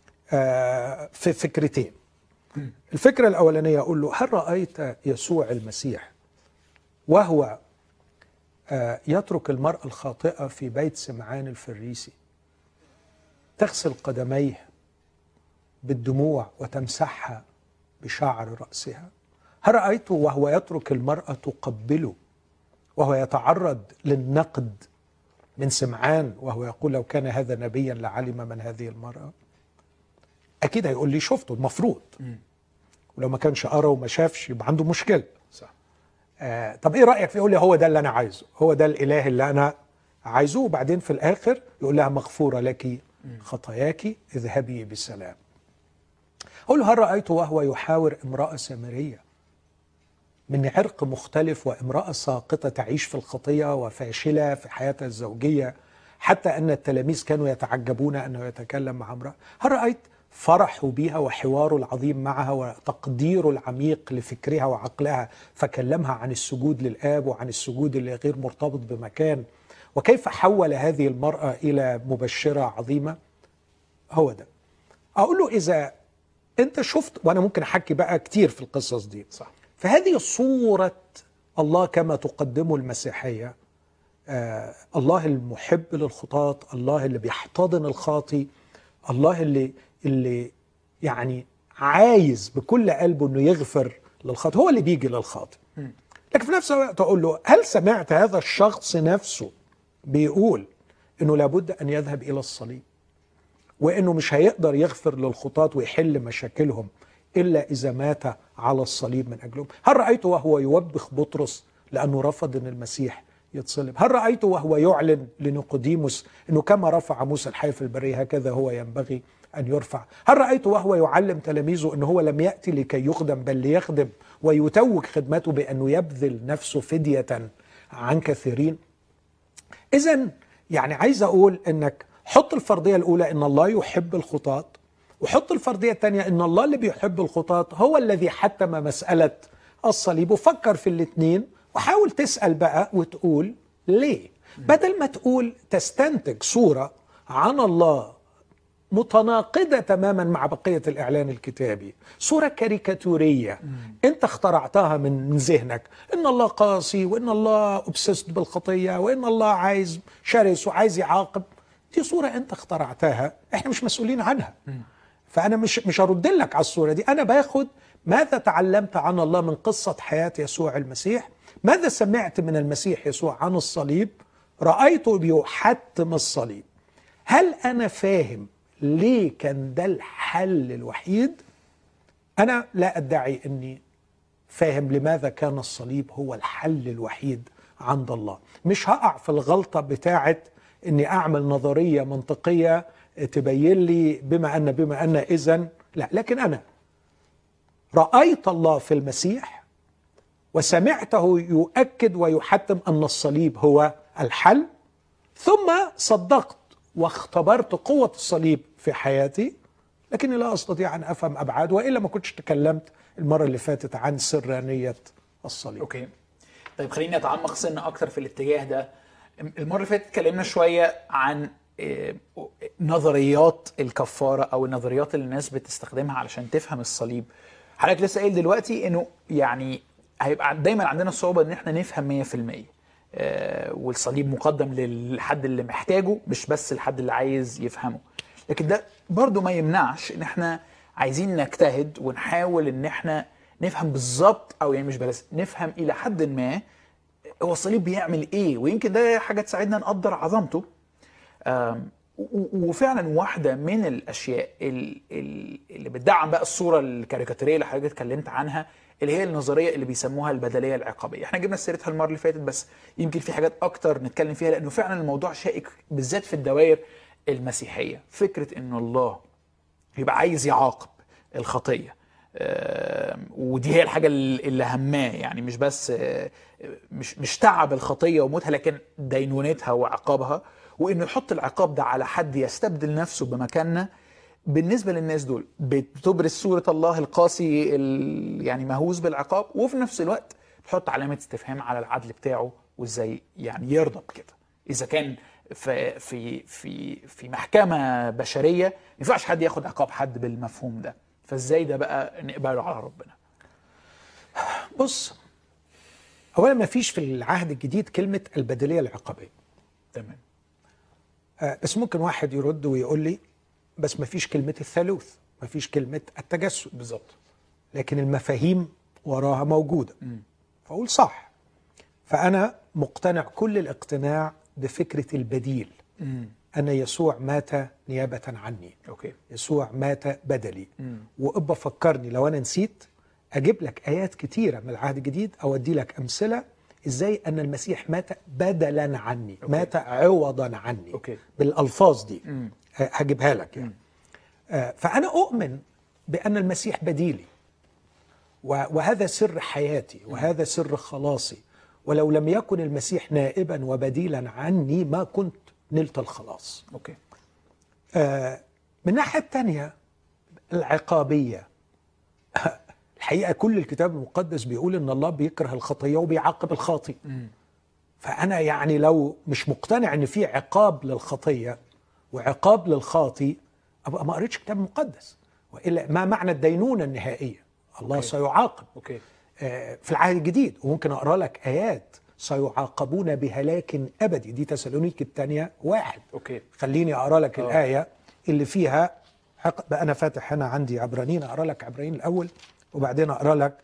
في فكرتين. الفكرة الأولانية أقول له: هل رأيت يسوع المسيح وهو يترك المرأة الخاطئة في بيت سمعان الفريسي تغسل قدميه بالدموع وتمسحها بشعر رأسها؟ هل رأيته وهو يترك المرأة تقبله وهو يتعرض للنقد من سمعان وهو يقول لو كان هذا نبيا لعلم من هذه المرأة؟ أكيد هيقول لي شفته المفروض، ولو ما كانش قرأ وما شافش يبقى عنده مشكلة. صح. طب إيه رأيك؟ يقول لي هو ده اللي أنا عايزه، هو ده الإله اللي أنا عايزه. وبعدين في الآخر يقول لها مغفورة لك خطاياك، اذهبي بسلام. أقول له: هل رأيته وهو يحاور امرأة سامرية من عرق مختلف وامرأة ساقطة تعيش في الخطية وفاشلة في حياتها الزوجية، حتى أن التلاميذ كانوا يتعجبون أنه يتكلم مع امرأة؟ هل رأيت فرحه بها وحواره العظيم معها وتقديره العميق لفكرها وعقلها، فكلمها عن السجود للآب وعن السجود اللي غير مرتبط بمكان، وكيف حول هذه المرأة إلى مبشرة عظيمة؟ هو ده. أقول له: إذا أنت شفت، وأنا ممكن أحكي بقى كتير في القصص دي، صح، فهذه صورة الله كما تقدمه المسيحية، الله المحب للخطاة، الله اللي بيحتضن الخاطي، الله اللي يعني عايز بكل قلبه انه يغفر للخاطئ، هو اللي بيجي للخاطئ. لكن في نفس الوقت اقول له: هل سمعت هذا الشخص نفسه بيقول انه لابد ان يذهب الى الصليب، وانه مش هيقدر يغفر للخطاة ويحل مشاكلهم الا اذا مات على الصليب من اجلهم؟ هل رايته وهو يوبخ بطرس لانه رفض ان المسيح يتصلب؟ هل رايته وهو يعلن لنيقوديموس انه كما رفع موسى الحي في البرية هكذا هو ينبغي أن يرفع؟ هل رأيت وهو يعلم تلاميذه أنه هو لم يأتي لكي يخدم بل ليخدم، ويتوج خدمته بأنه يبذل نفسه فدية عن كثيرين؟ إذن يعني عايز أقول أنك حط الفرضية الأولى أن الله يحب الخطاة، وحط الفرضية الثانية أن الله اللي بيحب الخطاة هو الذي حتم مسألة الصليب، وفكر في الاثنين وحاول تسأل بقى وتقول ليه، بدل ما تقول تستنتج صورة عن الله متناقضة تماما مع بقية الإعلان الكتابي، صورة كاريكاتورية أنت اخترعتها من ذهنك، إن الله قاسي وإن الله أبسست بالخطية وإن الله عايز شرس وعايز يعاقب. دي صورة أنت اخترعتها، إحنا مش مسؤولين عنها. فأنا مش هرد لك على الصورة دي، أنا باخد ماذا تعلمت عن الله من قصة حياة يسوع المسيح، ماذا سمعت من المسيح يسوع عن الصليب، رأيته بيحتم الصليب، هل أنا فاهم ليه كان ده الحل الوحيد؟ أنا لا أدعي أني فاهم لماذا كان الصليب هو الحل الوحيد عند الله. مش هقع في الغلطة بتاعة أني أعمل نظرية منطقية تبين لي بما أن إذن لا، لكن أنا رأيت الله في المسيح وسمعته يؤكد ويحتم أن الصليب هو الحل، ثم صدقت واختبرت قوة الصليب في حياتي، لكني لا أستطيع أن أفهم أبعاد، وإلا ما كنتش تكلمت المرة اللي فاتت عن سرانية الصليب. اوكي، طيب خليني اتعمق سنة اكتر في الاتجاه ده. المرة اللي فاتت اتكلمنا شوية عن نظريات الكفارة او النظريات اللي الناس بتستخدمها علشان تفهم الصليب. حضرتك لسه قايل دلوقتي انه يعني هيبقى دايما عندنا صعوبة ان احنا نفهم 100%، والصليب مقدم للحد اللي محتاجه مش بس الحد اللي عايز يفهمه. لكن ده برضو ما يمنعش ان احنا عايزين نجتهد ونحاول ان احنا نفهم بالظبط، او يعني مش بس نفهم الى حد ما هو الصليب بيعمل ايه، ويمكن ده حاجة تساعدنا نقدر عظمته. وفعلا واحدة من الاشياء اللي بتدعم بقى الصورة الكاريكاتيرية اللي حضرتك اتكلمت عنها، اللي هي النظرية اللي بيسموها البدلية العقابية. احنا جبنا سيرتها المرة اللي فاتت، بس يمكن في حاجات اكتر نتكلم فيها، لانه فعلا الموضوع شائك بالذات في الدوائر المسيحية. فكرة انه الله يبقى عايز يعاقب الخطية، ودي هي الحاجة اللي هماه، يعني مش بس مش تعب الخطية وموتها، لكن دينونتها وعقابها، وانه يحط العقاب ده على حد يستبدل نفسه بمكاننا. بالنسبة للناس دول بتبرز صورة الله القاسي يعني مهووس بالعقاب، وفي نفس الوقت بتحط علامة استفهام على العدل بتاعه، وازاي يعني يرضى بكده. اذا كان في محكمة بشرية ما ينفعش حد ياخد عقاب حد بالمفهوم ده، فازاي ده بقى نقبله على ربنا؟ بص، اولا ما فيش في العهد الجديد كلمة البدلية العقابية. تمام. بس ممكن واحد يرد ويقول لي بس ما فيش كلمة الثالوث، ما فيش كلمة التجسد. بالظبط. لكن المفاهيم وراها موجودة. فأقول صح. فأنا مقتنع كل الاقتناع بفكرة البديل. أن يسوع مات نيابة عني. أوكي. يسوع مات بدلي. وأبقى فكرني لو أنا نسيت أجيب لك آيات كتيرة من العهد الجديد، أو أدي لك أمثلة إزاي أن المسيح مات بدلا عني. أوكي. مات عوضا عني. أوكي. بالألفاظ دي. هجيبها لك يعني. فأنا أؤمن بأن المسيح بديلي، وهذا سر حياتي، وهذا سر خلاصي. ولو لم يكن المسيح نائبا وبديلا عني ما كنت نلت الخلاص. أوكي. من الناحية الثانية العقابية، الحقيقة كل الكتاب المقدس بيقول أن الله بيكره الخطية وبيعاقب الخاطئ. فأنا يعني لو مش مقتنع أن في عقاب للخطية وعقاب للخاطئ أبقى ما قريتش كتاب مقدس. وإلا ما معنى الدينونة النهائية؟ الله أوكي. سيعاقب. أوكي. في العهد الجديد، وممكن أقرأ لك آيات سيعاقبون بهلاك أبدي. دي تسالونيك الثانية 1. أوكي. خليني أقرأ لك الآية اللي فيها أنا فاتح هنا عندي عبرانيين، أقرأ لك عبرانيين الأول وبعدين أقرأ لك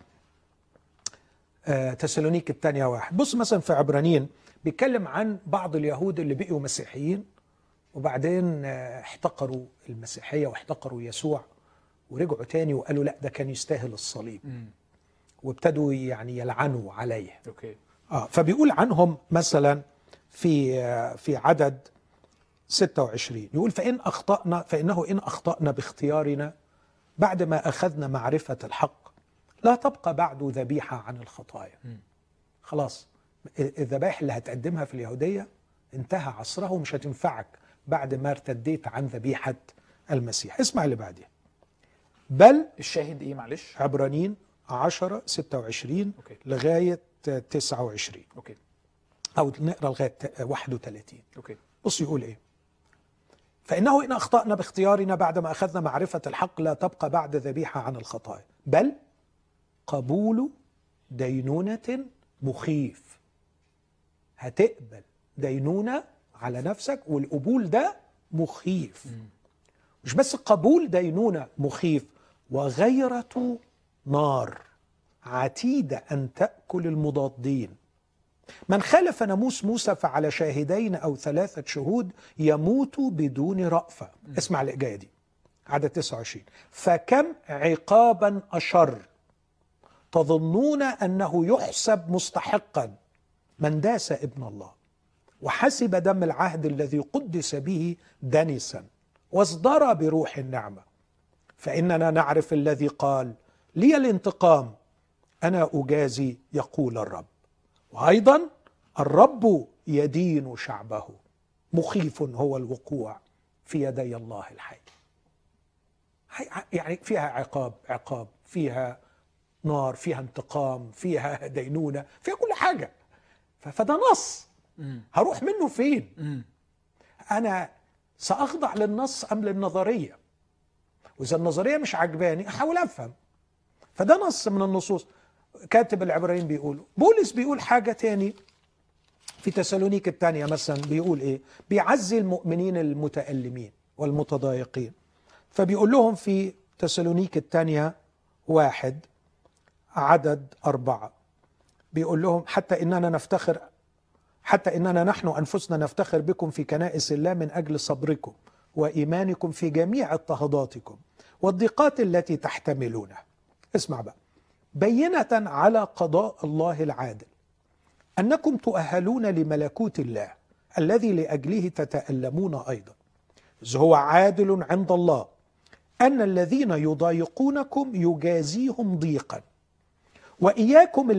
تسالونيك الثانية 1. بص مثلا في عبرانيين بيتكلم عن بعض اليهود اللي بقوا مسيحيين وبعدين احتقروا المسيحية واحتقروا يسوع ورجعوا تاني وقالوا لا ده كان يستاهل الصليب. وابتدوا يعني يلعنوا عليه. أوكي. فبيقول عنهم مثلا في عدد 26 يقول فإنه إن أخطأنا باختيارنا بعد ما أخذنا معرفة الحق لا تبقى بعد ذبيحة عن الخطايا. خلاص الذبائح اللي هتقدمها في اليهودية انتهى عصرها ومش هتنفعك بعد ما ارتديت عن ذبيحة المسيح. اسمع اللي بعدها. بل الشاهد ايه معلش؟ عبرانيين 10:26 لغاية 29. أوكي. أو نقرأ لغاية 31. أوكي. بص يقول إيه. فإنه إن أخطأنا باختيارنا بعدما أخذنا معرفة الحق لا تبقى بعد ذبيحة عن الخطايا بل قبول دينونة مخيف. هتقبل دينونة على نفسك، والقبول ده مخيف. مش بس قبول دينونة مخيف، وغيرة نار عتيدة أن تأكل المضادين. من خالف ناموس موسى فعلى شاهدين أو 3 شهود يموت بدون رأفة. اسمع الإجابة دي عدد 29. فكم عقابا أشر تظنون أنه يحسب مستحقا من داس ابن الله وحسب دم العهد الذي قدس به دنسا واصدر بروح النعمة. فإننا نعرف الذي قال لي الانتقام أنا أجازي يقول الرب. وأيضا الرب يدين شعبه، مخيف هو الوقوع في يدي الله الحي. يعني فيها عقاب، فيها نار، فيها انتقام، فيها دينونة، فيها كل حاجة. فده نص هروح منه فين؟ أنا سأخضع للنص أم للنظرية؟ وإذا النظرية مش عجباني أحاول أفهم. فده نص من النصوص. كاتب العبرانيين بيقول، بولس بيقول حاجة تاني في تسالونيك الثانية مثلا، بيقول إيه؟ بيعزي المؤمنين المتألمين والمتضايقين. فبيقول لهم في تسالونيك الثانية 1:4 بيقول لهم حتى إننا نحن أنفسنا نفتخر بكم في كنائس الله من أجل صبركم وإيمانكم في جميع اضطهاداتكم والضيقات التي تحتملونها. اسمع بقى، بينة على قضاء الله العادل أنكم تؤهلون لملكوت الله الذي لأجله تتألمون أيضا، إذ هو عادل عند الله أن الذين يضايقونكم يجازيهم ضيقا وإياكم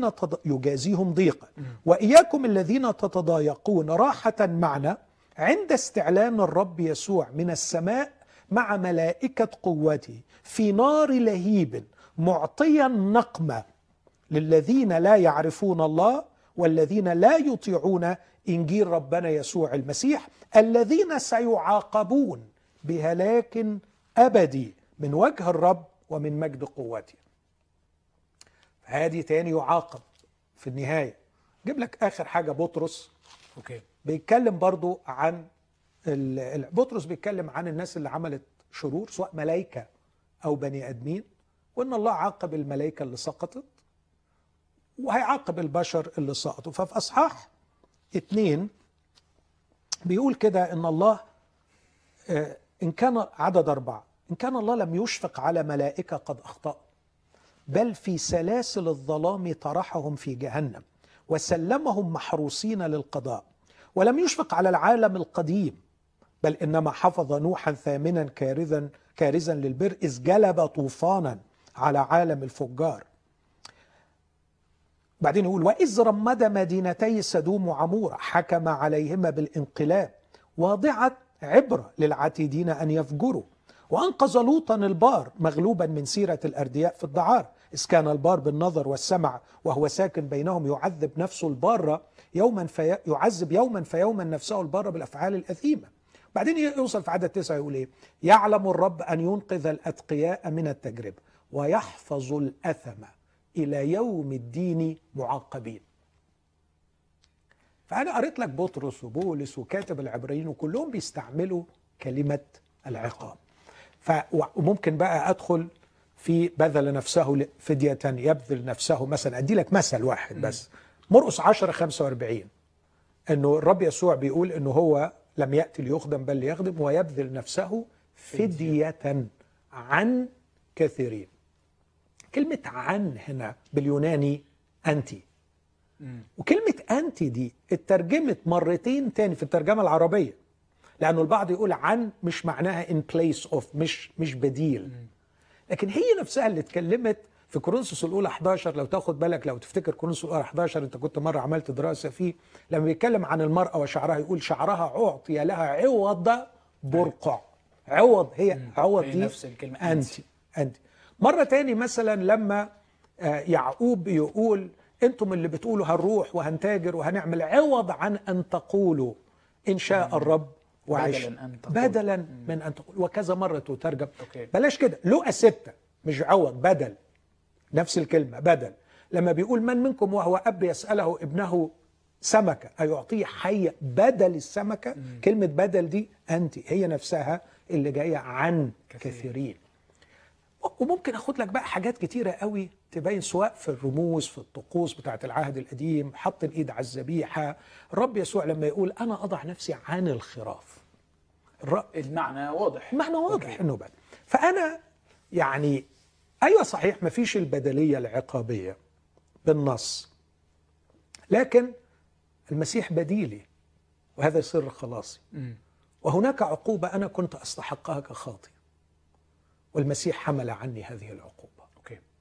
الذين تتضايقون راحة معنا عند استعلان الرب يسوع من السماء مع ملائكة قوته في نار لهيب معطيا نقمة للذين لا يعرفون الله والذين لا يطيعون إنجيل ربنا يسوع المسيح، الذين سيعاقبون بهلاك أبدي من وجه الرب ومن مجد قوته. هذه تاني يعاقب في النهاية. جيب لك آخر حاجة بطرس. بيتكلم برضو عن بطرس بيتكلم عن الناس اللي عملت شرور سواء ملائكة أو بني أدمين، وإن الله عاقب الملائكة اللي سقطت وهيعاقب البشر اللي سقطوا. ففي أصحاح 2 بيقول كده إن الله إن كان عدد 4 إن كان الله لم يشفق على ملائكة قد أخطأوا، بل في سلاسل الظلام طرحهم في جهنم وسلمهم محروسين للقضاء، ولم يشفق على العالم القديم، بل إنما حفظ نوحا ثامنا كارزا للبر إذ جلب طوفانا على عالم الفجار. بعدين يقول وإذ رمد مدينتي سدوم وعمورة حكم عليهما بالانقلاب واضعت عبرة للعتيدين أن يفجروا، وأنقذ لوطا البار مغلوبا من سيرة الأردياء في الدعار، إذ كان البار بالنظر والسمع وهو ساكن بينهم يعذب نفسه البارة يعذب يوما فيوما نفسه البارة بالأفعال الأثيمة. بعدين يوصل في عدد 9 يقول إيه؟ يعلم الرب أن ينقذ الأتقياء من التجربة ويحفظ الأثم إلى يوم الدين معاقبين. فأنا قريت لك بطرس وبولس وكاتب العبرانيين وكلهم بيستعملوا كلمة العقاب. وممكن بقى أدخل في بذل نفسه فدية يبذل نفسه. مثلا أدي لك مثل واحد بس، مرقس 10:45 أنه الرب يسوع بيقول أنه هو لم يأتي ليخدم بل ليخدم ويبذل نفسه فدية عن كثيرين. كلمة عن هنا باليوناني أنتي، وكلمة أنتي دي اترجمت مرتين تاني في الترجمة العربية، لأنه البعض يقول عن مش معناها in place of، مش بديل، لكن هي نفسها اللي اتكلمت في كورنثوس الأولى 11. لو تاخد بالك، لو تفتكر كورنثوس الأولى 11 انت كنت مرة عملت دراسة فيه، لما بيتكلم عن المرأة وشعرها يقول شعرها أعطي لها عوض برقع. عوض، هي عوض دي نفس الكلمة أنت. مرة تاني مثلا لما يعقوب يقول انتم اللي بتقولوا هنروح وهنتاجر وهنعمل، عوض عن أن تقولوا إن شاء الرب وعيش، بدلا من أن تقول. وكذا مرة تترجم. بلاش كده، لقى 6 مش عوض، بدل، نفس الكلمة بدل. لما بيقول من منكم وهو أب يسأله ابنه سمكة أيعطيه حية بدل السمكة، كلمة بدل دي أنت هي نفسها اللي جاية عن كثيرين. وممكن أخد لك بقى حاجات كتيرة قوي تبين، سواء في الرموز في الطقوس بتاعة العهد القديم، حط الإيد على الذبيحة. الرب يسوع لما يقول أنا أضع نفسي عن الخراف، المعنى واضح، إنه بدل. فأنا يعني أيوة صحيح مفيش البدلية العقابية بالنص، لكن المسيح بديلي وهذا سر خلاصي. وهناك عقوبة أنا كنت أستحقها كخاطئ، والمسيح حمل عني هذه العقوبة.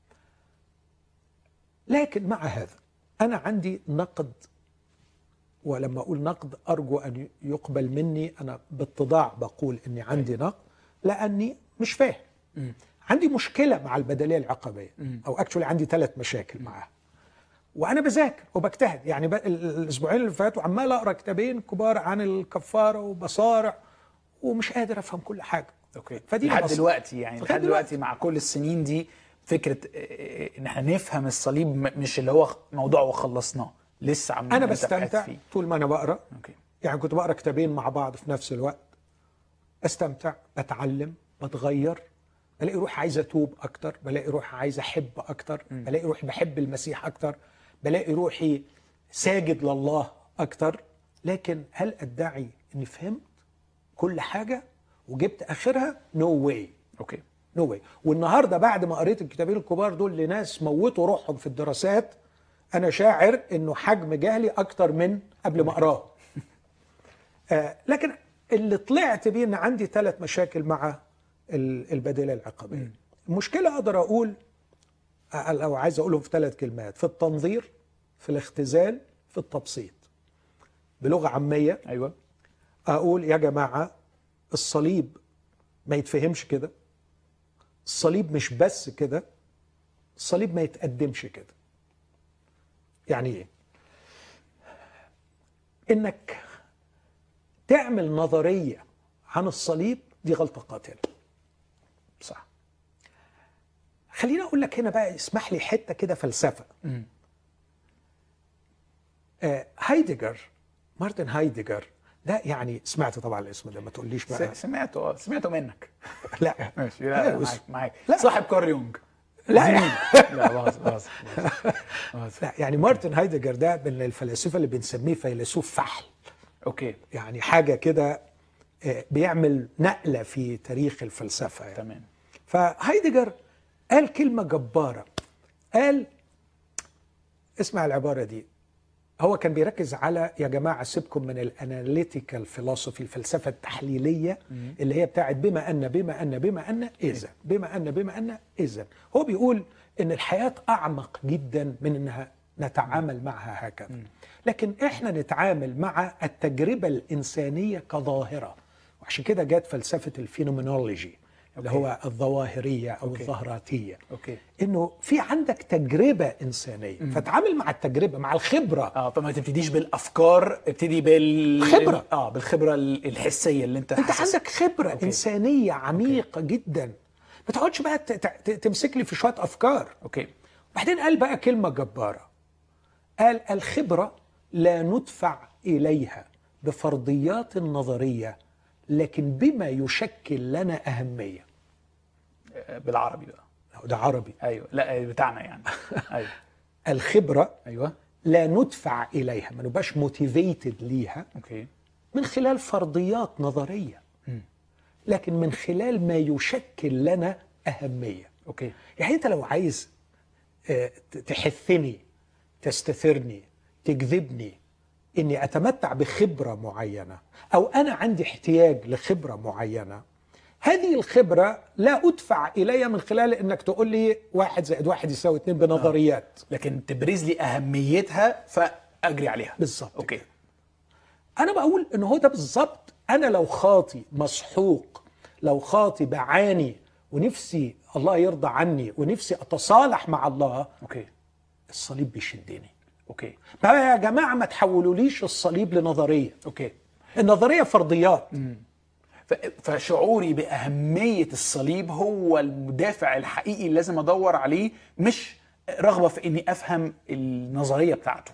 لكن مع هذا أنا عندي نقد، ولما أقول نقد أرجو أن يقبل مني، أنا باتضاع بقول أني عندي نقد لأني مش فاهم. عندي مشكلة مع البدلية العقابية، أو أكتشولي عندي 3 مشاكل معها، وأنا بذاكر وبجتهد. يعني الأسبوعين اللي فاتوا عمال أقرأ كتابين كبار عن الكفارة وبصارع ومش قادر أفهم كل حاجة. اوكي. فدي لحد دلوقتي يعني لحد دلوقتي مع كل السنين دي فكرة ان احنا نفهم الصليب مش اللي هو موضوع وخلصناه، لسه عم أنا بستمتع فيه طول ما أنا بقرأ. اوكي. يعني كنت بقرأ كتابين مع بعض في نفس الوقت، استمتع، بتعلم، بتغير، بلاقي روحي عايز أتوب أكتر، بلاقي روحي عايز أحب أكتر، بلاقي روحي بحب المسيح أكتر، بلاقي روحي ساجد لله أكتر. لكن هل أدعي أني فهمت كل حاجة وجبت آخرها؟ نو واي. اوكي. نو واي. والنهارده بعد ما قريت الكتابين الكبار دول لناس موتوا روحهم في الدراسات، أنا شاعر إنه حجم جهلي أكتر من قبل ما أقراه. لكن اللي طلعت بيه إن عندي 3 مشاكل مع البديلة العقابية. المشكلة أقدر أقول، أو عايز أقولهم في 3 كلمات: في التنظير، في الاختزال، في التبسيط. بلغة عامية ايوه، أقول يا جماعة الصليب ما يتفهمش كده، الصليب مش بس كده، الصليب ما يتقدمش كده. يعني إيه؟ إنك تعمل نظرية عن الصليب دي غلطة قاتلة. صح. خليني أقول لك هنا بقى، اسمح لي حتة كده فلسفة. هايدجر، مارتن هايدجر ده، يعني سمعت طبعا الاسم ده، ما تقوليش بقى. سمعته منك. لا ماشي، لا معاك. لا. صاحب كارل يونغ. لا لا باظ. لا، يعني مارتن هايدجر ده من الفلاسفة اللي بنسميه فيلسوف فحل. اوكي. يعني حاجة كده بيعمل نقلة في تاريخ الفلسفة يعني. تمام. فهايدجر قال كلمة جبارة، قال، اسمع العبارة دي، هو كان بيركز على يا جماعة سيبكم من الاناليتيكال فيلوسوفي، الفلسفة التحليلية اللي هي بتاعت بما أن إذا. هو بيقول إن الحياة أعمق جدا من إنها نتعامل معها هكذا. لكن إحنا نتعامل مع التجربة الإنسانية كظاهرة، وعشان كده جات فلسفة الفينومينولوجي اللي هو الظواهرية أو الظهراتية. إنه في عندك تجربة إنسانية، فتعامل مع التجربة، مع الخبرة. فما تبتديش بالأفكار، ابتدي بالخبرة. بالخبرة الحسية اللي انت عندك خبرة إنسانية عميقة جدا. ما تقعدش بقى تمسك لي في شوية أفكار. بعدين قال بقى كلمة جبارة، قال الخبرة لا ندفع إليها بفرضيات نظرية، لكن بما يشكل لنا أهمية. بالعربي بقى. ده عربي. أيوة، لا بتاعنا يعني. أيوة. الخبرة أيوة لا ندفع إليها، ما نبقاش موتيفيتد ليها من خلال فرضيات نظرية، لكن من خلال ما يشكل لنا أهمية. يعني أنت لو عايز تحثني، تستثيرني، تجذبني إني أتمتع بخبرة معينة، أو أنا عندي احتياج لخبرة معينة، هذه الخبرة لا أدفع إليها من خلال إنك تقول لي 1 زائد 1 يساوي 2 بنظريات، لكن تبرز لي أهميتها فأجري عليها. بالظبط. أنا بقول إن هو ده بالظبط. أنا لو خاطي مسحوق، لو خاطي بعاني ونفسي الله يرضى عني ونفسي أتصالح مع الله، الصليب بيشدني. بقى يا جماعة ما تحولوليش الصليب لنظرية. النظرية فرضيات. فشعوري بأهمية الصليب هو المدافع الحقيقي اللي لازم أدور عليه، مش رغبة في إني أفهم النظرية بتاعته.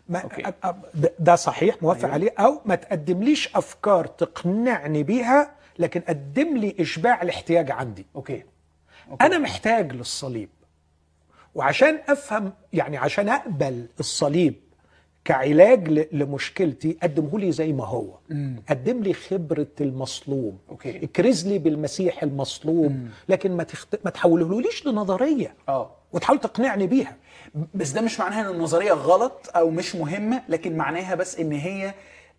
ده صحيح، موافق عليه. أو ما تقدمليش أفكار تقنعني بيها، لكن قدم لي إشباع الاحتياج عندي. أنا محتاج للصليب، وعشان أفهم، يعني عشان أقبل الصليب كعلاج لمشكلتي، قدمه لي زي ما هو. قدم لي خبرة المصلوب، اكرز لي بالمسيح المصلوب، لكن ما تحولهوليش لنظرية وتحاول تقنعني بيها. بس ده مش معناها ان النظرية غلط او مش مهمة، لكن معناها بس ان هي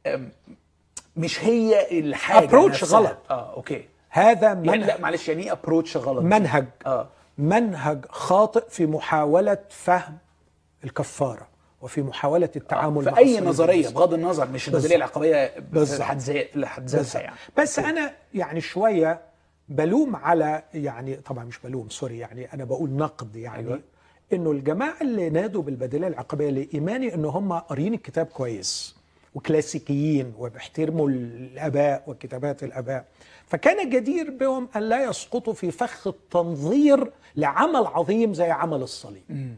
مش هي الحاجة. ابروتش غلط. هذا منهج. يعني لا معلش، يعني ايه ابروتش غلط؟ منهج. منهج خاطئ في محاولة فهم الكفارة وفي محاولة التعامل في مع أي الصليب نظرية بالنسبة. بغض النظر، مش البديلية العقبية في حد ذاتها يعني. بس أنا يعني شوية بلوم على، يعني طبعا مش بلوم، سوري، يعني أنا بقول نقد يعني. أيوة. إنه الجماعة اللي نادوا بالبديلية العقبية لإيماني إنه هم قارين الكتاب كويس وكلاسيكيين وبيحترموا الآباء وكتابات الآباء، فكان جدير بهم أن لا يسقطوا في فخ التنظير لعمل عظيم زي عمل الصليب.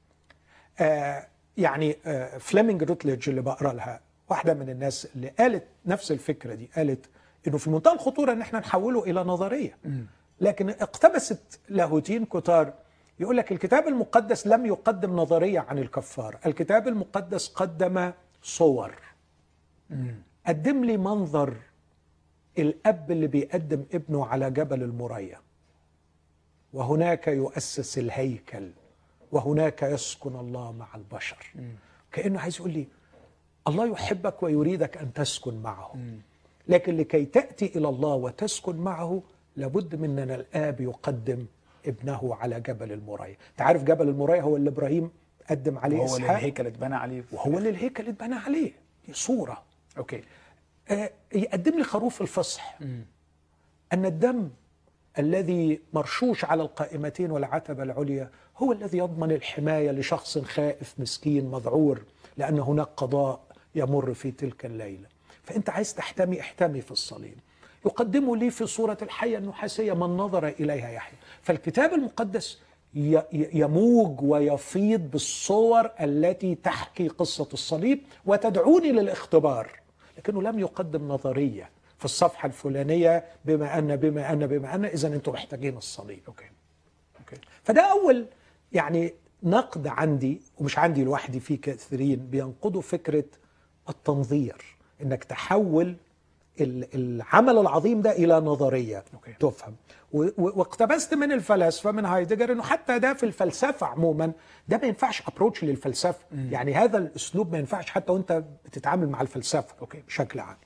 يعني فليمنج روتليج اللي بقرأ لها، واحدة من الناس اللي قالت نفس الفكرة دي، قالت إنه في منتهى الخطورة إن احنا نحوله إلى نظرية. لكن اقتبست لاهوتيين كتار يقول لك الكتاب المقدس لم يقدم نظرية عن الكفار، الكتاب المقدس قدم صور. قدم لي منظر الأب اللي بيقدم ابنه على جبل المريا، وهناك يؤسس الهيكل، وهناك يسكن الله مع البشر. كأنه عايز يقول لي الله يحبك ويريدك أن تسكن معه، لكن لكي تأتي إلى الله وتسكن معه لابد من أن الآب يقدم ابنه على جبل المريا. تعرف جبل المريا هو اللي إبراهيم قدم عليه إسحاق، وهو اللي الهيكل اتبنى عليه، وهو اللي الهيكل اتبنى عليه. دي صورة. أوكي. يقدم لي خروف الفصح، أن الدم الذي مرشوش على القائمتين والعتبة العليا هو الذي يضمن الحماية لشخص خائف مسكين مذعور، لأن هناك قضاء يمر في تلك الليلة. فأنت عايز تحتمي، احتمي في الصليب. يقدمه لي في صورة الحية النحاسية، من نظر إليها يحيى. فالكتاب المقدس يموج ويفيض بالصور التي تحكي قصة الصليب وتدعوني للاختبار، لكنه لم يقدم نظرية في الصفحة الفلانية بما أن إذن أنتم محتاجين الصليب. أوكي. فده أول يعني نقد عندي، ومش عندي لوحدي، في كثيرين بينقضوا فكرة التنظير، إنك تحول العمل العظيم ده إلى نظرية تفهم. واقتبست من الفلاسفة من هايدجر إنه حتى ده في الفلسفة عموما ده ما ينفعش أبروتش للفلسفة. يعني هذا الأسلوب ما ينفعش حتى وأنت بتتعامل مع الفلسفة بشكل عام.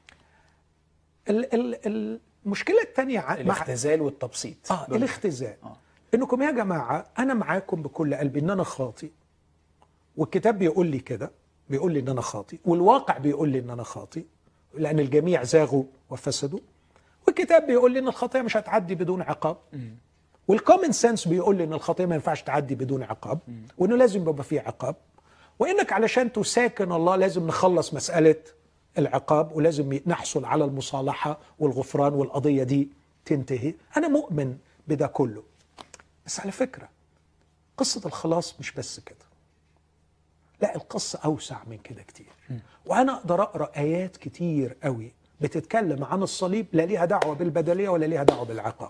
المشكلة الثانية الاختزال والتبسيط. الاختزال. إنكم يا جماعة أنا معاكم بكل قلبي إن أنا خاطئ، والكتاب بيقول لي كده، بيقول لي إن أنا خاطئ، والواقع بيقول لي إن أنا خاطئ، لأن الجميع زاغوا وفسدوا. والكتاب بيقول لي إن الخطيئة مش هتعدي بدون عقاب، والكومن سنس بيقول لي إن الخطيئة ما ينفعش تعدي بدون عقاب، وإنه لازم يبقى فيه عقاب، وإنك علشان تساكن الله لازم نخلص مسألة العقاب، ولازم نحصل على المصالحة والغفران، والقضية دي تنتهي. أنا مؤمن بده كله، بس على فكرة قصة الخلاص مش بس كده، لا، القصة أوسع من كده كتير. وأنا أقدر أقرأ آيات كتير قوي بتتكلم عن الصليب لا ليها دعوة بالبدلية ولا ليها دعوة بالعقاب.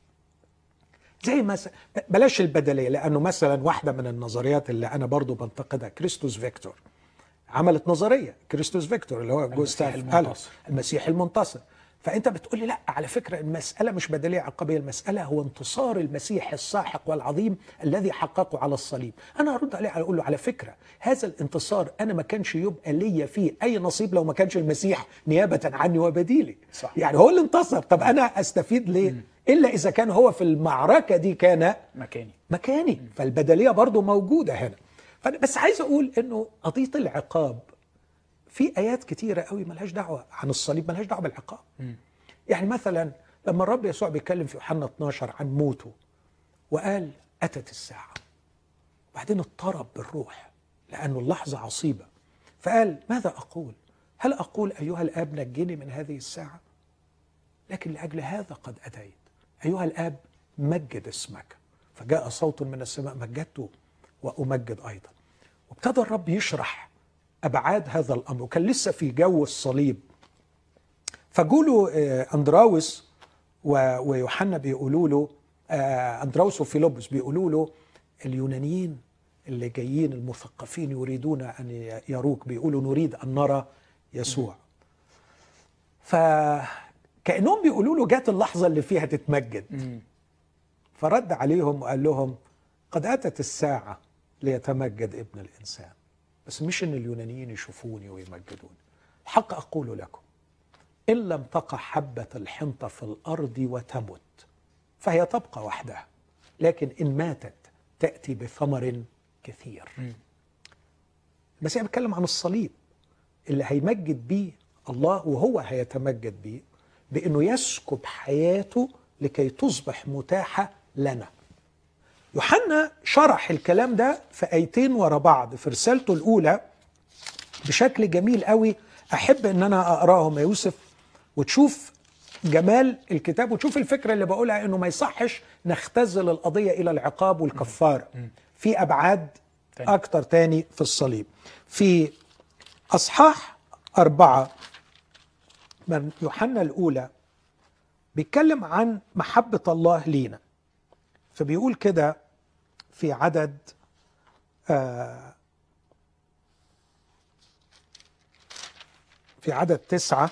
زي مثلا بلاش البدلية، لأنه مثلا واحدة من النظريات اللي أنا برضو بنتقدها كريستوس فيكتور، عملت نظرية كريستوس فيكتور اللي هو جوستاف المسيح المنتصر. فأنت بتقول لي لا، على فكرة المسألة مش بدلية عقابية، المسألة هو انتصار المسيح الساحق والعظيم الذي حققه على الصليب. أنا هرد عليه أقول له على فكرة هذا الانتصار أنا ما كانش يبقى لي فيه أي نصيب لو ما كانش المسيح نيابة عني وبديلي. صح. يعني هو اللي انتصر، طب أنا أستفيد ليه؟ إلا إذا كان هو في المعركة دي كان مكاني. فالبدلية برضو موجودة هنا. بس عايز أقول إنه قضية العقاب في آيات كتيرة قوي ملهاش دعوة عن الصليب، ملهاش دعوة بالعقاب. يعني مثلا لما الرب يسوع بيتكلم في يوحنا 12 عن موته وقال أتت الساعة، بعدين اضطرب بالروح لأنه اللحظة عصيبة، فقال ماذا أقول؟ هل أقول أيها الآب نجني من هذه الساعة؟ لكن لأجل هذا قد أتيت. أيها الآب مجد اسمك. فجاء صوت من السماء مجدته وأمجد أيضا. وابتدى الرب يشرح أبعاد هذا الأمر، وكان لسه في جو الصليب. فقولوا أندراوس ويوحنا بيقولوا له، أندراوس وفيلبس بيقولوا له اليونانيين اللي جايين المثقفين يريدون أن يروك، بيقولوا نريد أن نرى يسوع. فكأنهم بيقولوا له جات اللحظة اللي فيها تتمجد. فرد عليهم وقال لهم قد أتت الساعة ليتمجد ابن الإنسان، بس مش إن اليونانيين يشوفوني ويمجدوني. الحق أقول لكم إن لم تقع حبة الحنطة في الأرض وتمت فهي تبقى وحدها، لكن إن ماتت تأتي بثمر كثير. المسيح بيتكلم عن الصليب اللي هيمجد بيه الله، وهو هيتمجد بيه بأنه يسكب حياته لكي تصبح متاحة لنا. يوحنا شرح الكلام ده في آيتين ورا بعض في رسالته الأولى بشكل جميل قوي. أحب أن أنا أقراهم يا يوسف وتشوف جمال الكتاب وتشوف الفكرة اللي بقولها، أنه ما يصحش نختزل القضية إلى العقاب والكفارة، في أبعاد أكتر تاني في الصليب. في أصحاح 4 من يوحنا الأولى بيتكلم عن محبة الله لينا، فبيقول كده في عدد في عدد 9،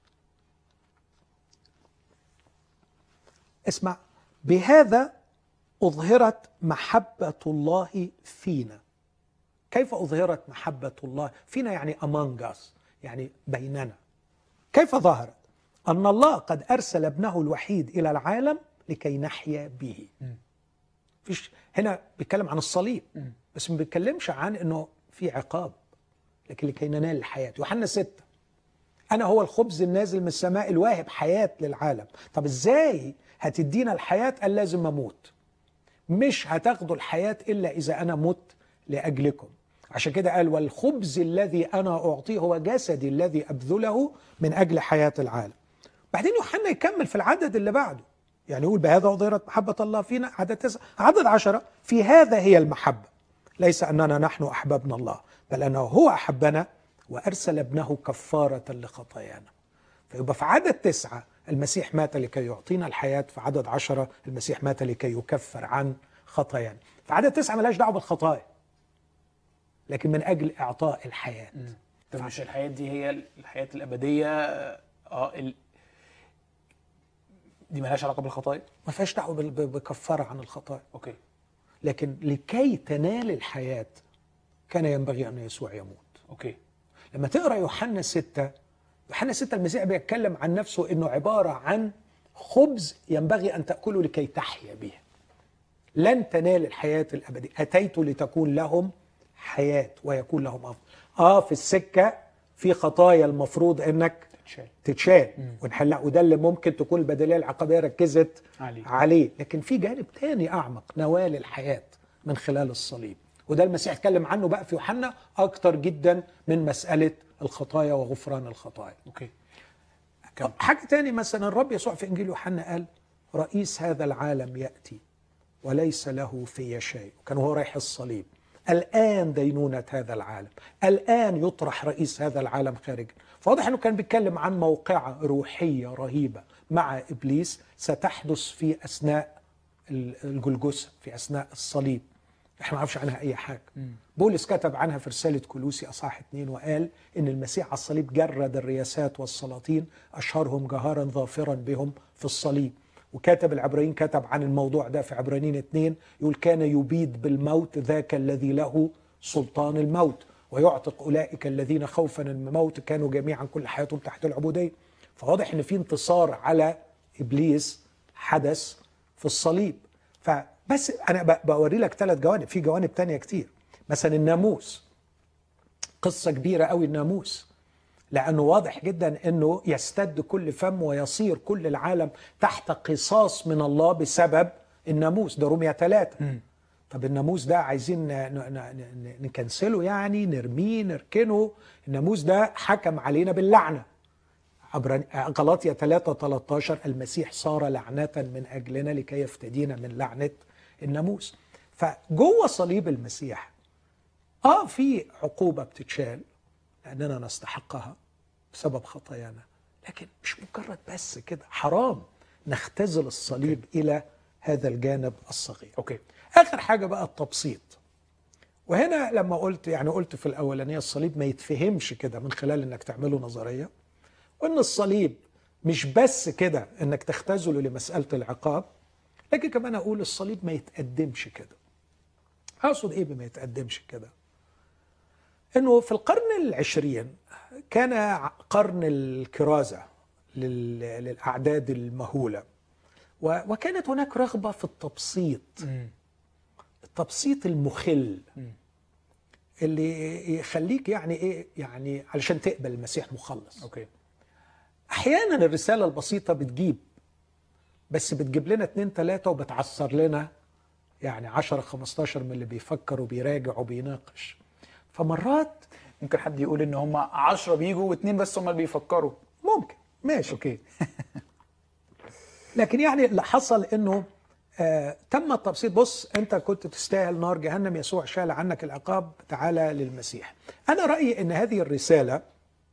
اسمع: بهذا أظهرت محبة الله فينا. كيف أظهرت محبة الله فينا؟ يعني among us، يعني بيننا. كيف ظهرت؟ أن الله قد أرسل ابنه الوحيد إلى العالم لكي نحيا به. فيش هنا بيتكلم عن الصليب، بس ما بيتكلمش عن أنه في عقاب، لكن لكي ننال الحياة. يوحنا 6: أنا هو الخبز النازل من السماء الواهب حياة للعالم. طب إزاي هتدينا الحياة؟ قال لازم أموت. مش هتاخدوا الحياة إلا إذا أنا مت لأجلكم. عشان كده قال: والخبز الذي أنا أعطيه هو جسدي الذي أبذله من أجل حياة العالم. بعدين يوحنا يكمل في العدد اللي بعده، يعني يقول: بهذا أظهرت محبة الله فينا. عدد 9، عدد 10: في هذا هي المحبة، ليس أننا نحن أحببنا الله، بل أنه هو أحبنا وأرسل ابنه كفارة لخطايانا. فيبقى في عدد 9 المسيح مات لكي يعطينا الحياة، في عدد 10 المسيح مات لكي يكفر عن خطايانا. في عدد 9 ملاش دعوة بالخطايا، لكن من أجل إعطاء الحياة. فمش الحياة دي هي الحياة الأبدية؟ دي مالهاش علاقة بالخطايا؟ ما فيهاش دعوة بكفارة عن الخطايا. أوكي. لكن لكي تنال الحياة كان ينبغي أن يسوع يموت. أوكي. لما تقرأ يوحنا 6 المسيح بيتكلم عن نفسه إنه عبارة عن خبز ينبغي أن تأكله لكي تحيا به. لن تنال الحياة الأبدية، أتيت لتكون لهم حياة ويكون لهم أفضل. في السكة في خطايا المفروض إنك تتشال ونحلها، وده اللي ممكن تكون البديلية العقابية ركزت عليه. لكن في جانب تاني أعمق، نوال الحياة من خلال الصليب، وده المسيح اتكلم عنه بقى في يوحنا أكتر جدا من مسألة الخطايا وغفران الخطايا. أوكي. حاجة تاني، مثلا الرب يسوع في إنجيل يوحنا قال: رئيس هذا العالم يأتي وليس له في شيء. وكان هو رايح الصليب. الآن دينونة هذا العالم، الآن يطرح رئيس هذا العالم خارجا. فواضح أنه كان بيتكلم عن موقعة روحية رهيبة مع إبليس ستحدث في أثناء الجلجثة، في أثناء الصليب. احنا ما نعرفش عنها أي حاجة. بولس كتب عنها في رسالة كولوسي أصحاح 2 وقال إن المسيح على الصليب جرد الرياسات والسلاطين، أشهرهم جهارا ظافرا بهم في الصليب. وكاتب العبرانيين كتب عن الموضوع ده في عبرانيين 2، يقول: كان يبيد بالموت ذاك الذي له سلطان الموت ويعتق أولئك الذين خوفا من الموت كانوا جميعا كل حياتهم تحت العبودية. فواضح إن في انتصار على إبليس حدث في الصليب. فبس أنا بوري لك 3 جوانب، في جوانب تانية كتير. مثلا الناموس، قصة كبيرة قوي الناموس، لأنه واضح جدا أنه يستد كل فم ويصير كل العالم تحت قصاص من الله بسبب الناموس. ده رومية 3. طب الناموس ده عايزين نكنسله، يعني نرميه نركنه. الناموس ده حكم علينا باللعنة. غلاطية 3:13: المسيح صار لعنة من أجلنا لكي يفتدينا من لعنة الناموس. فجوه صليب المسيح في عقوبة بتتشال لأننا نستحقها بسبب خطايانا، لكن مش مجرد بس كده. حرام نختزل الصليب إلى هذا الجانب الصغير. آخر حاجة بقى التبسيط. وهنا لما قلت في الأولانية الصليب ما يتفهمش كده من خلال إنك تعمله نظرية، وإن الصليب مش بس كده إنك تختزله لمسألة العقاب، لكن كمان أقول الصليب ما يتقدمش كده. أقصد إيه بما يتقدمش كده؟ إنه في القرن 20 كان قرن الكرازة للأعداد المهولة، وكانت هناك رغبة في التبسيط، التبسيط المخل، اللي يخليك يعني ايه، يعني علشان تقبل المسيح مخلص. اوكي. احيانا الرساله البسيطه بتجيب، بس بتجيب لنا 2 3 وبتعصر لنا يعني 10 15 من اللي بيفكر وبيراجع وبيناقش. فمرات ممكن حد يقول ان هم 10 بيجوا و2 بس هم اللي بيفكروا. ممكن، ماشي. اوكي. لكن يعني اللي حصل انه تم التبسيط. بص، انت كنت تستاهل نار جهنم، يسوع شال عنك العقاب، تعالى للمسيح. انا رأيي ان هذه الرسالة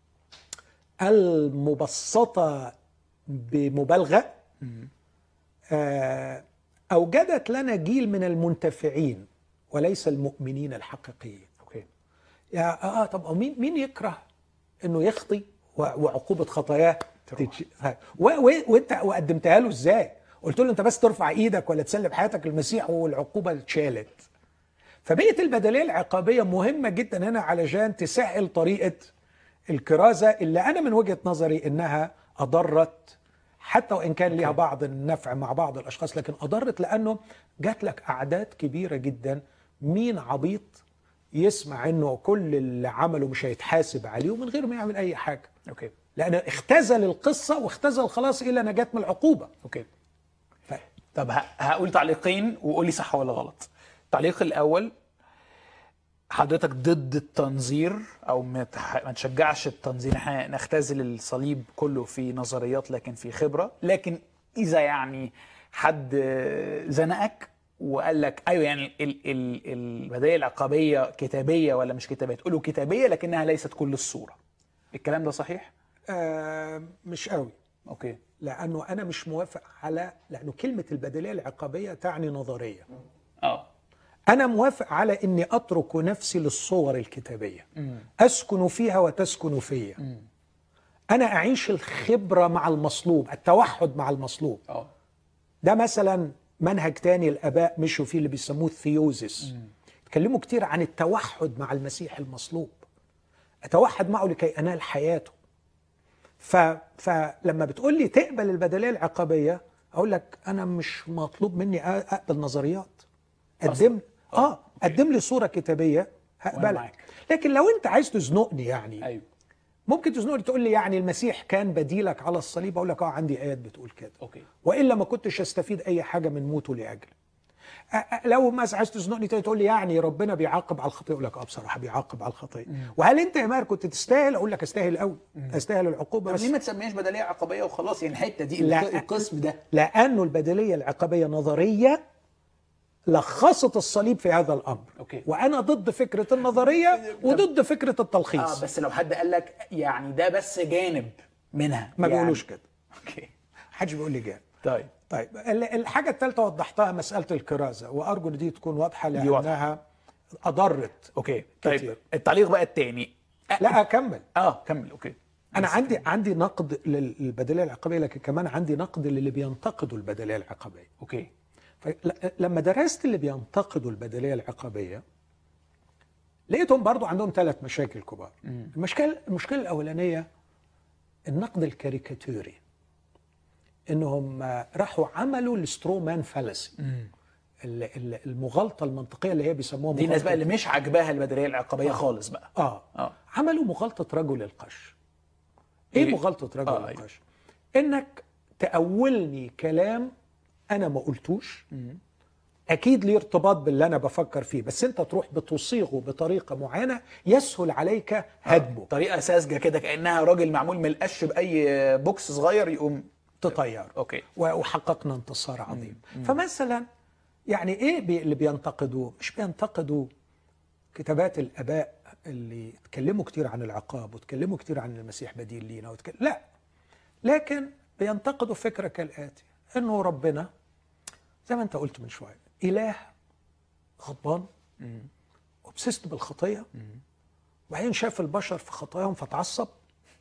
المبسطة بمبالغة اوجدت لنا جيل من المنتفعين وليس المؤمنين الحقيقيين. اوكي. يا طب مين يكره انه يخطي وعقوبة خطاياه وانت وقدمتها له ازاي؟ قلت له انت بس ترفع ايدك ولا تسلم حياتك للمسيح والعقوبة اتشالت. فبقيت البدلية العقابية مهمة جدا هنا علشان تسهل طريقة الكرازة اللي انا من وجهة نظري انها اضرت، حتى وان كان ليها بعض النفع مع بعض الاشخاص، لكن اضرت لانه جات لك اعداد كبيرة جدا. مين عبيط يسمع انه كل اللي عمله مش هيتحاسب عليه ومن غير ما يعمل اي حاجة؟ اوكي. لأنه اختزل القصة واختزل خلاص إلى نجاة من العقوبة. اوكي. طب هقول تعليقين وقول لي صح ولا غلط. التعليق الأول، حضرتك ضد التنظير أو ما تشجعش التنظير، احنا نختزل الصليب كله في نظريات لكن في خبرة. لكن إذا يعني حد زنقك وقال لك أيوه يعني البداية العقابية كتابية ولا مش كتابية، تقوله كتابية لكنها ليست كل الصورة. الكلام ده صحيح؟ مش قوي. اوكي. لانه انا مش موافق لانه كلمه البديليه العقابيه تعني نظريه. انا موافق على اني اترك نفسي للصور الكتابيه، اسكن فيها وتسكن فيا. انا اعيش الخبره مع المصلوب، التوحد مع المصلوب. ده مثلا منهج تاني الاباء مشوا فيه اللي بيسموه الثيوزيس. اتكلموا كتير عن التوحد مع المسيح المصلوب، اتوحد معه لكي انال حياته. فلما بتقول لي تقبل البدلية العقابية، اقول لك انا مش مطلوب مني اقبل نظريات. قدم لي صورة كتابية هقبلها. لكن لو انت عايز تزنقني يعني أيوه. ممكن تزنقني تقول لي يعني المسيح كان بديلك على الصليب، اقول لك عندي ايات بتقول كده. اوكي. والا ما كنتش استفيد اي حاجة من موته لاجل. لو ما عايز تزنقني تقول لي يعني ربنا بيعاقب على الخطيئة، اقول لك بصراحه بيعاقب على الخطيئة. وهل انت يا ماهر كنت تستاهل؟ اقول لك استاهل قوي، استاهل العقوبه. بس ليه ما تسميهاش بدليه عقابيه وخلاص؟ يعني الحته دي القسم ده، لانه البدليه العقابيه نظريه لخصت الصليب في هذا الامر. أوكي. وانا ضد فكره النظريه وضد فكره التلخيص. بس لو حد قال لك يعني ده بس جانب منها، ما يعني بيقولوش كده. اوكي. محدش بيقول لي جانب. طيب الحاجة الثالثة وضحتها مسألة الكرازة، وأرجو دي تكون واضحة لأنها أضرت. اوكي. كتير. طيب التعليق بقى الثاني. لا أكمل. كمل. اوكي. أنا عندي نقد للبدلية العقابية، لكن كمان عندي نقد للي بينتقدوا البدلية العقابية. اوكي. لما درست اللي بينتقدوا البدلية العقابية لقيتهم برضو عندهم 3 مشاكل كبار. المشكلة الأولانية النقد الكاريكاتوري، انهم راحوا عملوا السترومان فالسي، المغالطه المنطقيه اللي هي بيسموها دي الناس بقى اللي مش عاجباها البدليه العقابيه خالص بقى. عملوا مغالطه رجل القش. ايه مغالطه رجل القش؟ انك تأولني كلام انا ما قلتوش، اكيد ليه ارتباط باللي انا بفكر فيه، بس انت تروح بتصيغه بطريقه معينه يسهل عليك هدمه. طريقه ساذجه كده، كانها راجل معمول من القش باي بوكس صغير يقوم تطير. اوكي. وحققنا انتصار عظيم. فمثلا يعني ايه اللي بينتقدوا؟ مش بينتقدوا كتابات الاباء اللي اتكلموا كتير عن العقاب واتكلموا كتير عن المسيح بديل لينا لا، لكن بينتقدوا فكره كالاتي، انه ربنا زي ما انت قلت من شويه اله غضبان وبسست بالخطيه، وبعدين شاف البشر في خطاياهم فتعصب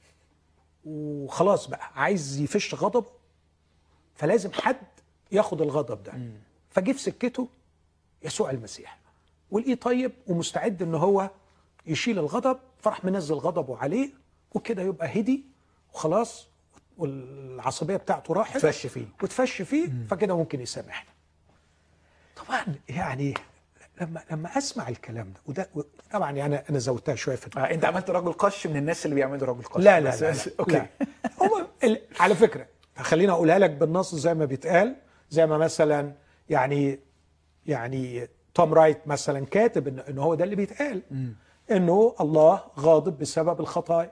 وخلاص بقى عايز يفش غضبه، فلازم حد ياخد الغضب ده. فجه في سكته يسوع المسيح، ولقيه طيب ومستعد ان هو يشيل الغضب، فراح منزل غضبه عليه، وكده يبقى هدي وخلاص، والعصبيه بتاعته راحت وتفش فيه فكده ممكن يسامحنا. طبعا يعني لما اسمع الكلام ده طبعا انا زودتها شويه في انت عملت رجل قش من الناس اللي بيعملوا رجل قش. لا لا لا, لا, لا. اوكي. على فكره خليني اقولها لك بالنص زي ما بيتقال، زي ما مثلا يعني توم رايت مثلا كاتب ان هو ده اللي بيتقال، انه الله غاضب بسبب الخطايا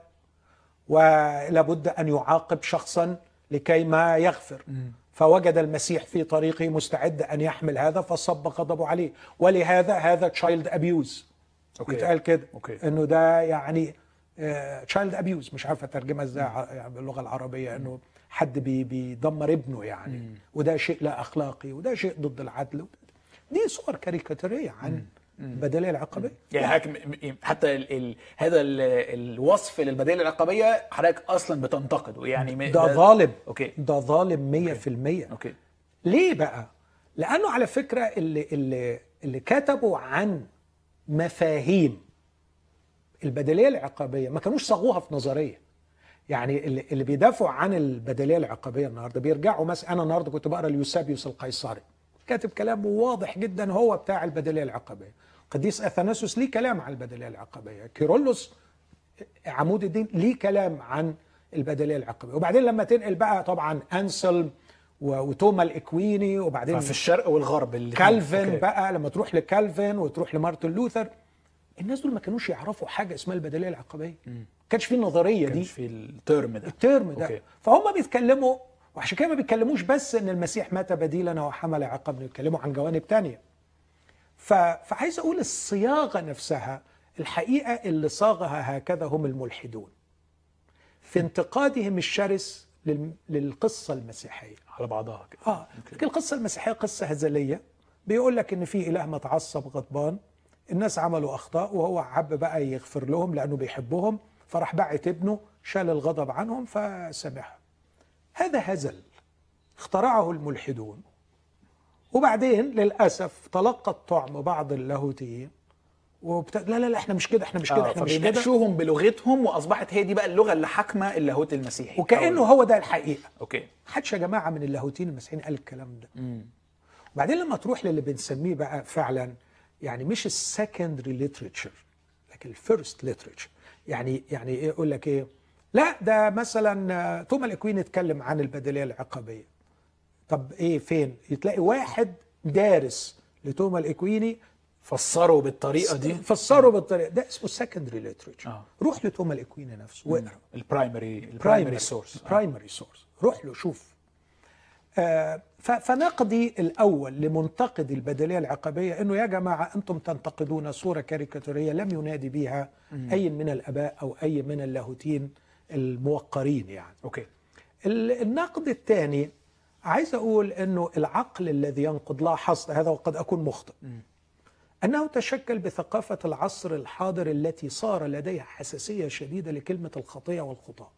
ولابد ان يعاقب شخصا لكي ما يغفر. فوجد المسيح في طريقه مستعد ان يحمل هذا فصب غضبه عليه، ولهذا هذا تشايلد ابيوز يتقال كده، انه ده يعني تشايلد ابيوز، مش عارف اترجمها ازاي باللغه العربيه، انه حد بيدمر ابنه يعني، وده شيء لا اخلاقي وده شيء ضد العدل. دي صور كاريكاتوريه عن البدليه العقابيه. يعني حتى هذا الوصف للبدليه العقابيه حضرتك اصلا بتنتقده يعني. ده ظالم. اوكي. ده ظالم 100%. اوكي. ليه بقى؟ لانه على فكره اللي كتبوا عن مفاهيم البدليه العقابيه ما كانوش صاغوها في نظريه. يعني اللي بيدافعوا عن البدليه العقابيه النهارده بيرجعوا مثلا، انا النهارده كنت بقرا ليوسابيوس القيصري كاتب كلام واضح جدا هو بتاع البدليه العقابيه. قديس اثناسوس ليه كلام عن البدليه العقابيه، كيرلس عمود الدين ليه كلام عن البدليه العقابيه. وبعدين لما تنقل بقى طبعا انسلم وتوما الاكويني، وبعدين في الشرق والغرب كالفن بقى، لما تروح لكالفن وتروح لمارتن لوثر، الناس دول ما كانوش يعرفوا حاجه اسمها البدليه العقابيه. ما كانش في النظريه دي، كانش في الترم ده. أوكي. فهم بيتكلموا، وعشان كده ما بيتكلموش بس ان المسيح مات بديلنا وحمل عقابنا، بيتكلموا عن جوانب تانية. فعايز اقول الصياغه نفسها الحقيقه اللي صاغها هكذا هم الملحدون في انتقادهم الشرس للقصه المسيحيه على بعضها كده. لكن القصه المسيحيه قصه هزليه، بيقول لك ان في اله متعصب غضبان، الناس عملوا اخطاء وهو حب بقى يغفر لهم لانه بيحبهم، فراح بعت ابنه شال الغضب عنهم فسامحهم. هذا هزل اخترعه الملحدون، وبعدين للاسف تلقى الطعم بعض اللاهوتيين لا احنا مش كده، احنا مش كده، احنا مش كده، فبيناقشوهم بلغتهم، واصبحت هي دي بقى اللغه اللي حاكمه اللاهوت المسيحي، وكانه هو ده الحقيقه. اوكي. محدش يا جماعه من اللاهوتيين المسيحيين قال الكلام ده. وبعدين لما تروح للي بنسميه بقى فعلا يعني مش السكندري ليتريتشر لكن الفيرست ليتريتشر، يعني ايه يقول لك ايه؟ لا ده مثلا توما الاكوين اتكلم عن البدليه العقابيه. طب ايه فين؟ تلاقي واحد دارس لتوما الاكويني فسروا بالطريقه دي، ده اسمه سكندري ليتريتشر. روح لتوما الاكويني نفسه واقرا البرايمري سورس. روح له شوف. فنقدي الاول لمنتقد البدليه العقابيه انه يا جماعه انتم تنتقدون صوره كاريكاتوريه لم ينادي بها اي من الاباء او اي من اللاهوتيين الموقرين يعني. اوكي. النقد الثاني عايز اقول انه العقل الذي ينقد، لاحظت هذا وقد اكون مخطئ، انه تشكل بثقافه العصر الحاضر التي صار لديها حساسيه شديده لكلمه الخطيه والخطأ.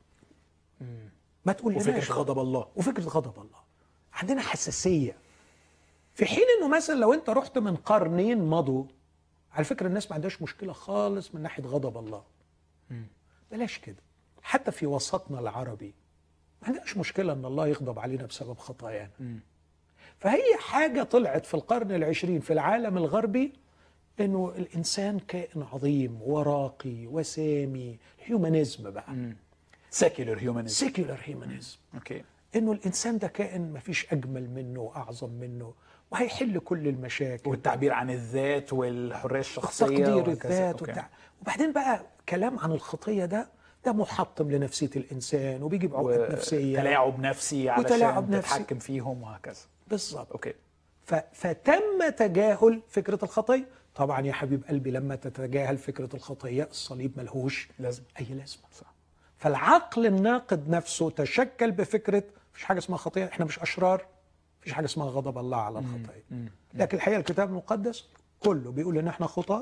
ما تقول وفكره غضب الله عندنا حساسيه، في حين انه مثلا لو انت رحت من قرنين مضوا على فكره الناس ما عندهاش مشكله خالص من ناحيه غضب الله. بلاش كده، حتى في وسطنا العربي ما عندناش مشكله ان الله يغضب علينا بسبب خطايانا. فهي حاجه طلعت في القرن العشرين في العالم الغربي انه الانسان كائن عظيم وراقي وسامي، هيومانيزم بقى، سيكولر هيومانيزم. اوكي. انه الانسان ده كائن ما فيش اجمل منه واعظم منه وهيحل كل المشاكل، والتعبير عن الذات والحريه الشخصيه وتقدير الذات وبعدين بقى كلام عن الخطيه ده محطم لنفسيه الانسان وبيجيب عقد نفسيه، تلاعب نفسي علشان تتحكم فيهم وهكذا. بالظبط. اوكي. فتم تجاهل فكره الخطيه. طبعا يا حبيب قلبي لما تتجاهل فكره الخطيه الصليب ملهوش اي لازمه. صح. فالعقل الناقد نفسه تشكل بفكره مفيش حاجه اسمها خطيه، احنا مش اشرار، مفيش حاجه اسمها غضب الله على الخطيه. لكن الحقيقه الكتاب المقدس كله بيقول ان احنا خطاة،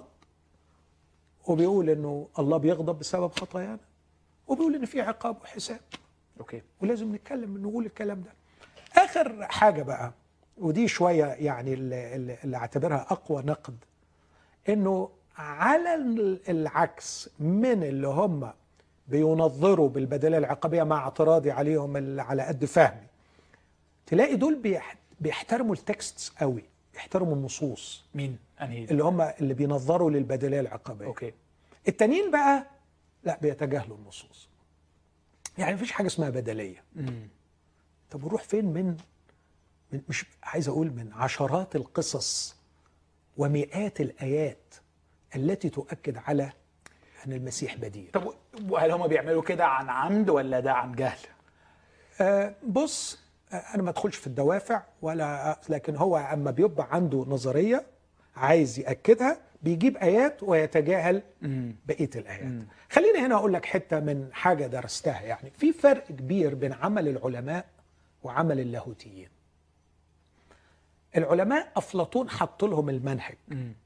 وبيقول انه الله بيغضب بسبب خطايانا، وبيقول ان في عقاب وحساب. اوكي. ولازم نتكلم نقول الكلام ده. اخر حاجه بقى، ودي شويه يعني اللي اعتبرها اقوى نقد، انه على العكس من اللي هم بينظروا بالبدليه العقابيه مع اعتراضي عليهم اللي على قد فهمي، تلاقي دول بيحترموا التكست قوي، بيحترموا النصوص. مين؟ اللي هم اللي بينظروا للبدليه العقابيه. اوكي. التانيين بقى لا، بيتجاهلوا النصوص. يعني مفيش حاجه اسمها بدليه. طب نروح فين من مش عايز اقول من عشرات القصص ومئات الايات التي تؤكد على ان المسيح بديل. طب وهل هم بيعملوا كده عن عمد ولا ده عن جهل؟ بص، انا ما ادخلش في الدوافع لكن هو اما بيبقى عنده نظريه عايز ياكدها بيجيب ايات ويتجاهل بقيه الايات. خليني هنا اقول لك حته من حاجه درستها. يعني في فرق كبير بين عمل العلماء وعمل اللاهوتيين. العلماء افلاطون حط لهم المنهج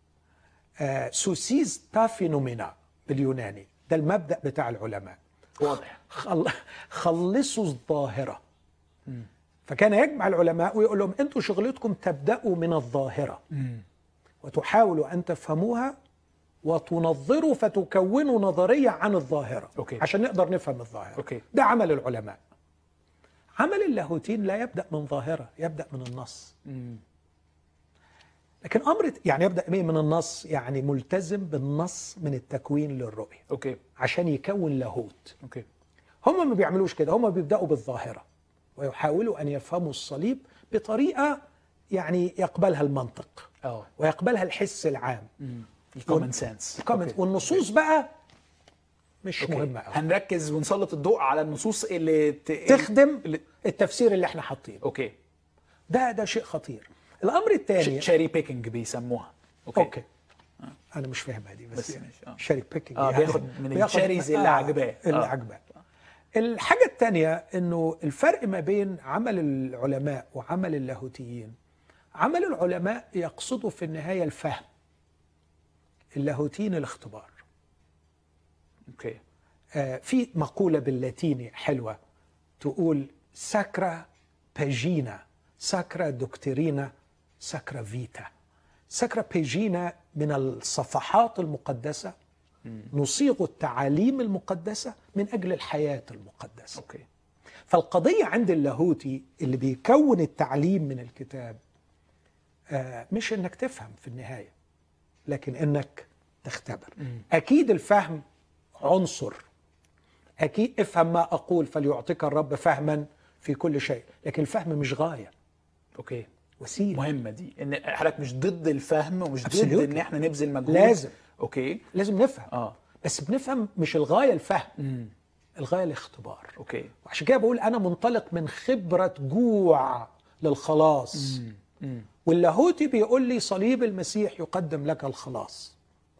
سوسيز تا فينومينا باليوناني، ده المبدأ بتاع العلماء. واضح. خلصوا الظاهرة. فكان يجمع العلماء ويقول لهم انتوا شغلتكم تبدأوا من الظاهرة وتحاولوا أن تفهموها وتنظروا فتكونوا نظرية عن الظاهرة. أوكي. عشان نقدر نفهم الظاهرة. أوكي. ده عمل العلماء. عمل اللاهوتين لا يبدأ من ظاهرة، يبدأ من النص. لكن أمر يعني يبدأ من النص، يعني ملتزم بالنص من التكوين للرؤية. اوكي. عشان يكون لاهوت. اوكي. هم ما بيعملوش كده، هم بيبدأوا بالظاهرة ويحاولوا أن يفهموا الصليب بطريقة يعني يقبلها المنطق ويقبلها الحس العام. الكومن سنس. والنصوص بقى مش مهمة قوي. هنركز ونسلط الضوء على النصوص اللي تخدم التفسير اللي احنا حاطينه. اوكي. ده شيء خطير. الأمر الثاني شيري بيكينج بيسموها. اوكي. أنا مش فاهمها دي بس يعني شيري بيكينج بياخد من الشيريز اللي عجباه. اللي عجباه. الحاجة الثانية انه الفرق ما بين عمل العلماء وعمل اللاهوتيين، عمل العلماء يقصدوا في النهاية الفهم، اللاهوتيين الاختبار. اوكي. في مقولة باللاتيني حلوة تقول ساكرا باجينا ساكرا دوكترينا ساكرا فيتا. ساكرا باجينا من الصفحات المقدسة، نصيغ التعاليم المقدسة من أجل الحياة المقدسة. أوكي. فالقضية عند اللاهوتي اللي بيكون التعليم من الكتاب مش إنك تفهم في النهاية، لكن إنك تختبر. أكيد الفهم عنصر، أكيد افهم ما أقول فليعطيك الرب فهما في كل شيء، لكن الفهم مش غاية. اوكي. وسيلة. مهمة دي ان حضرتك مش ضد الفهم ومش ضد ان احنا نبذل مجهود. لازم. اوكي. لازم نفهم. بس بنفهم مش الغاية الفهم. الغاية الاختبار. اوكي. وعشان كده بقول انا منطلق من خبرة جوع للخلاص. واللاهوتي بيقول لي صليب المسيح يقدم لك الخلاص.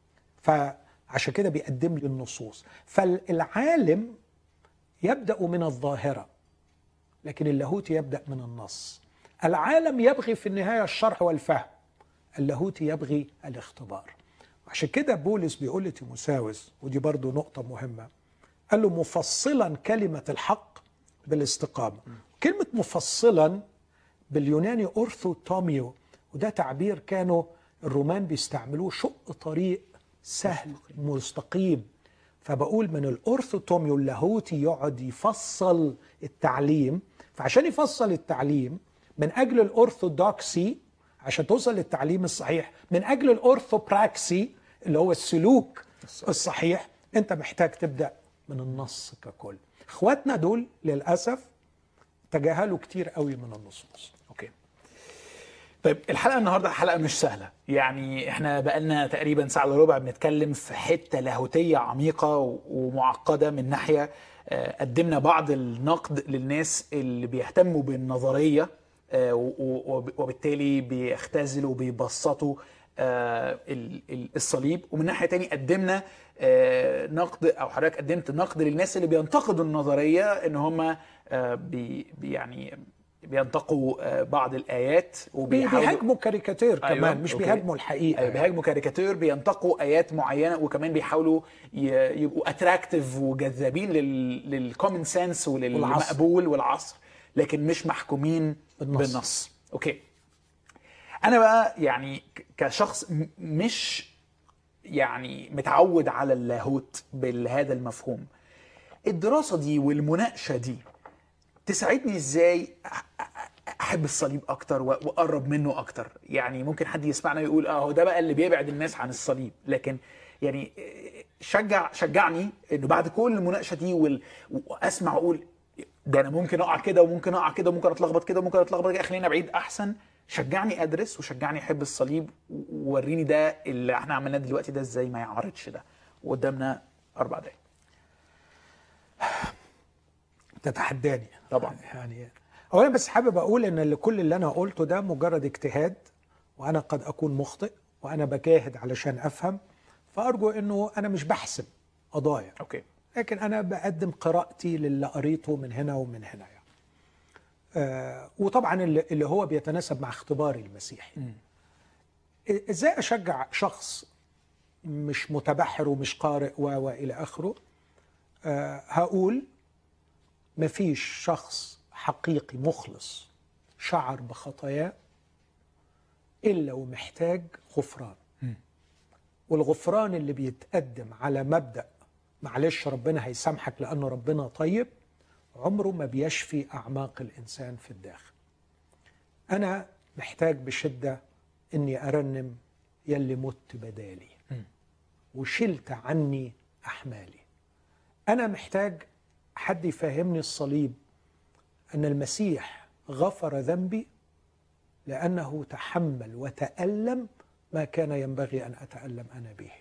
فعشان كده بيقدم لي النصوص. فالعالم يبدأ من الظاهرة، لكن اللاهوتي يبدأ من النص. العالم يبغي في النهاية الشرح والفهم، اللاهوتي يبغي الاختبار. عشان كده بولس بيقول لتيموثاوس، ودي برضو نقطة مهمة، قال له مفصلا كلمة الحق بالاستقامة. كلمة مفصلا باليوناني أورثوتوميو، وده تعبير كانوا الرومان بيستعملوه، شق طريق سهل مستقيم. فبقول من الأورثوتوميو اللاهوتي يقعد يفصل التعليم. فعشان يفصل التعليم من أجل الأورثودوكسي عشان توصل للتعليم الصحيح، من أجل الأورثوبراكسي اللي هو السلوك الصحيح، أنت محتاج تبدأ من النص ككل. اخواتنا دول للأسف تجاهلوا كتير قوي من النصوص. اوكي. طيب الحلقة النهاردة حلقة مش سهلة، يعني احنا بقالنا تقريبا ساعة الا ربع بنتكلم في حتة لاهوتية عميقة ومعقدة. من ناحية قدمنا بعض النقد للناس اللي بيهتموا بالنظرية وبالتالي بيختزلوا وبيبسطوا الصليب، ومن ناحية تاني قدمنا نقد، او حضرتك قدمت نقد للناس اللي بينتقدوا النظرية ان هم يعني بينتقوا بعض الآيات بيهاجموا كاريكاتير كمان. مش بيهاجموا الحقيقة. بيهاجموا كاريكاتير، بينتقوا آيات معينة، وكمان بيحاولوا يبقوا اتراكتيف وجذابين للكومن سنس وللمقبول والعصر، لكن مش محكومين بالنص. اوكي. انا بقى يعني كشخص مش يعني متعود على اللاهوت بهذا المفهوم، الدراسة دي والمناقشة دي تساعدني ازاي احب الصليب اكتر واقرب منه اكتر. يعني ممكن حد يسمعنا يقول هو ده بقى اللي بيبعد الناس عن الصليب، لكن يعني شجعني انه بعد كل المناقشه دي واسمع اقول ده انا ممكن اقع كده وممكن اقع كده وممكن اتلخبط كده وممكن اتلخبط كده، خلينا بعيد احسن. شجعني ادرس وشجعني احب الصليب، ووريني ده اللي احنا عملناه دلوقتي ده ازاي ما يعارضش ده. وقدامنا 4 دقايق. تتحداني طبعا. يعني اولا بس حابب اقول ان كل اللي انا قلته ده مجرد اجتهاد، وانا قد اكون مخطئ، وانا بجاهد علشان افهم، فارجو انه انا مش بحسب قضايا، اوكي، لكن انا بقدم قراءتي للي قريته من هنا ومن هنا يعني. وطبعا اللي هو بيتناسب مع اختباري المسيحي. ازاي اشجع شخص مش متبحر ومش قارئ والى اخره؟ هقول مفيش شخص حقيقي مخلص شعر بخطاياه إلا ومحتاج غفران. والغفران اللي بيتقدم على مبدأ معلش ربنا هيسامحك لأنه ربنا طيب، عمره ما بيشفي أعماق الإنسان في الداخل. أنا محتاج بشدة إني أرنم يلي مت بدالي وشلت عني أحمالي. أنا محتاج حد يفهمني الصليب، أن المسيح غفر ذنبي لأنه تحمل وتألم ما كان ينبغي أن أتألم أنا به.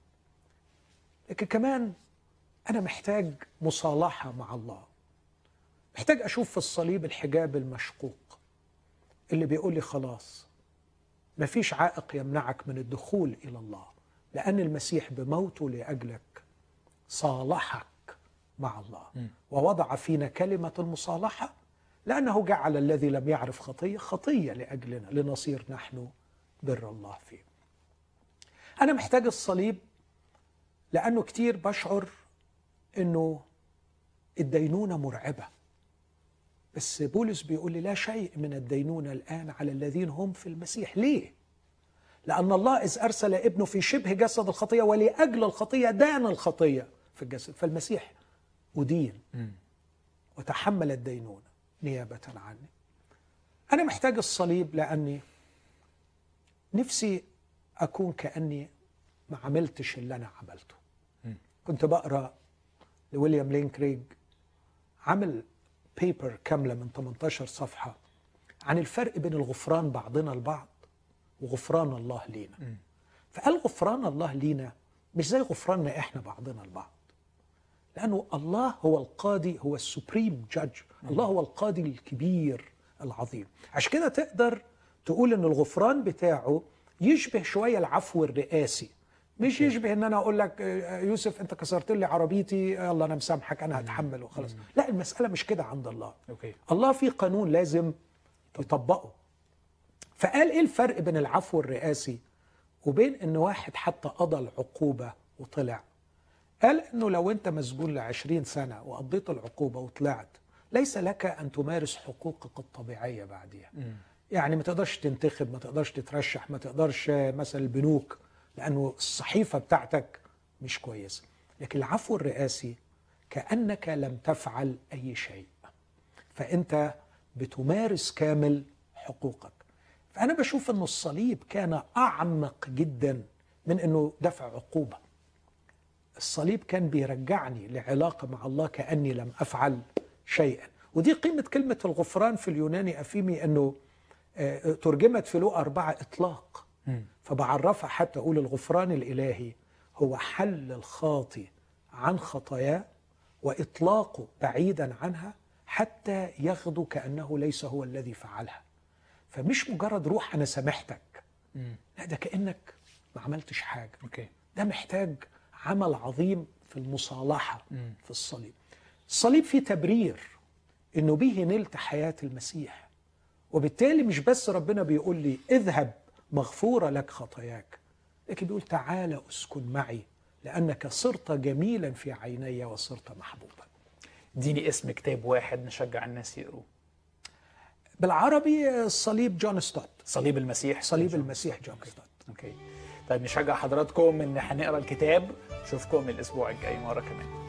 لكن كمان أنا محتاج مصالحة مع الله، محتاج أشوف في الصليب الحجاب المشقوق اللي بيقول لي خلاص مفيش عائق يمنعك من الدخول إلى الله، لأن المسيح بموته لأجلك صالحك مع الله ووضع فينا كلمة المصالحة، لأنه جعل الذي لم يعرف خطية خطية لأجلنا لنصير نحن بر الله فيه. أنا محتاج الصليب لأنه كتير بشعر أنه الدينونة مرعبة، بس بولس بيقول لي لا شيء من الدينونة الآن على الذين هم في المسيح. ليه؟ لأن الله إذ أرسل ابنه في شبه جسد الخطية ولأجل الخطية دان الخطية في الجسد، فالمسيح أدين وتحمل الدينونة نيابة عني. أنا محتاج الصليب لأني نفسي أكون كأني ما عملتش اللي أنا عملته. كنت بقرأ لويليام لين كريج، عمل بيبر كاملة من 18 صفحة عن الفرق بين الغفران بعضنا البعض وغفران الله لينا. فقال غفران الله لينا مش زي غفراننا إحنا بعضنا البعض، لأنه الله هو القاضي، هو السوبريم جادج، الله هو القاضي الكبير العظيم. عشان كده تقدر تقول أن الغفران بتاعه يشبه شوية العفو الرئاسي، مش يشبه أن أنا أقول لك يوسف أنت كسرت لي عربيتي يلا أنا مسامحك أنا هتحمل وخلاص. لا، المسألة مش كده عند الله. الله في قانون لازم يطبقه. فقال إيه الفرق بين العفو الرئاسي وبين أن واحد حتى قضى العقوبة وطلع؟ قال إنه لو أنت مسجون ل20 سنة وقضيت العقوبة وطلعت، ليس لك أن تمارس حقوقك الطبيعية بعدها. يعني ما تقدرش تنتخب، ما تقدرش تترشح، ما تقدرش مثلا البنوك، لأنه الصحيفة بتاعتك مش كويسة. لكن العفو الرئاسي كأنك لم تفعل أي شيء، فأنت بتمارس كامل حقوقك. فأنا بشوف أنه الصليب كان أعمق جدا من أنه دفع عقوبة. الصليب كان بيرجعني لعلاقة مع الله كأني لم أفعل شيئا. ودي قيمة كلمة الغفران في اليوناني أفيمي، أنه ترجمت في لوقا 4 إطلاق، فبعرفها حتى أقول الغفران الإلهي هو حل الخاطي عن خطاياه وإطلاقه بعيدا عنها حتى يغدو كأنه ليس هو الذي فعلها. فمش مجرد روح أنا سامحتك، لا، ده كأنك ما عملتش حاجة. ده محتاج عمل عظيم في المصالحة في الصليب. الصليب فيه تبرير إنه به نلت حياة المسيح، وبالتالي مش بس ربنا بيقول لي اذهب مغفورة لك خطاياك، لكن بيقول تعالى اسكن معي لأنك صرت جميلا في عيني وصرت محبوبا. اديني اسم كتاب واحد نشجع الناس يقروه. بالعربي الصليب جون ستوت. صليب المسيح. صليب المسيح جون ستوت. اوكي. طيب نشجع حضراتكم ان هنقرا الكتاب. نشوفكم الاسبوع الجاي مرة كمان.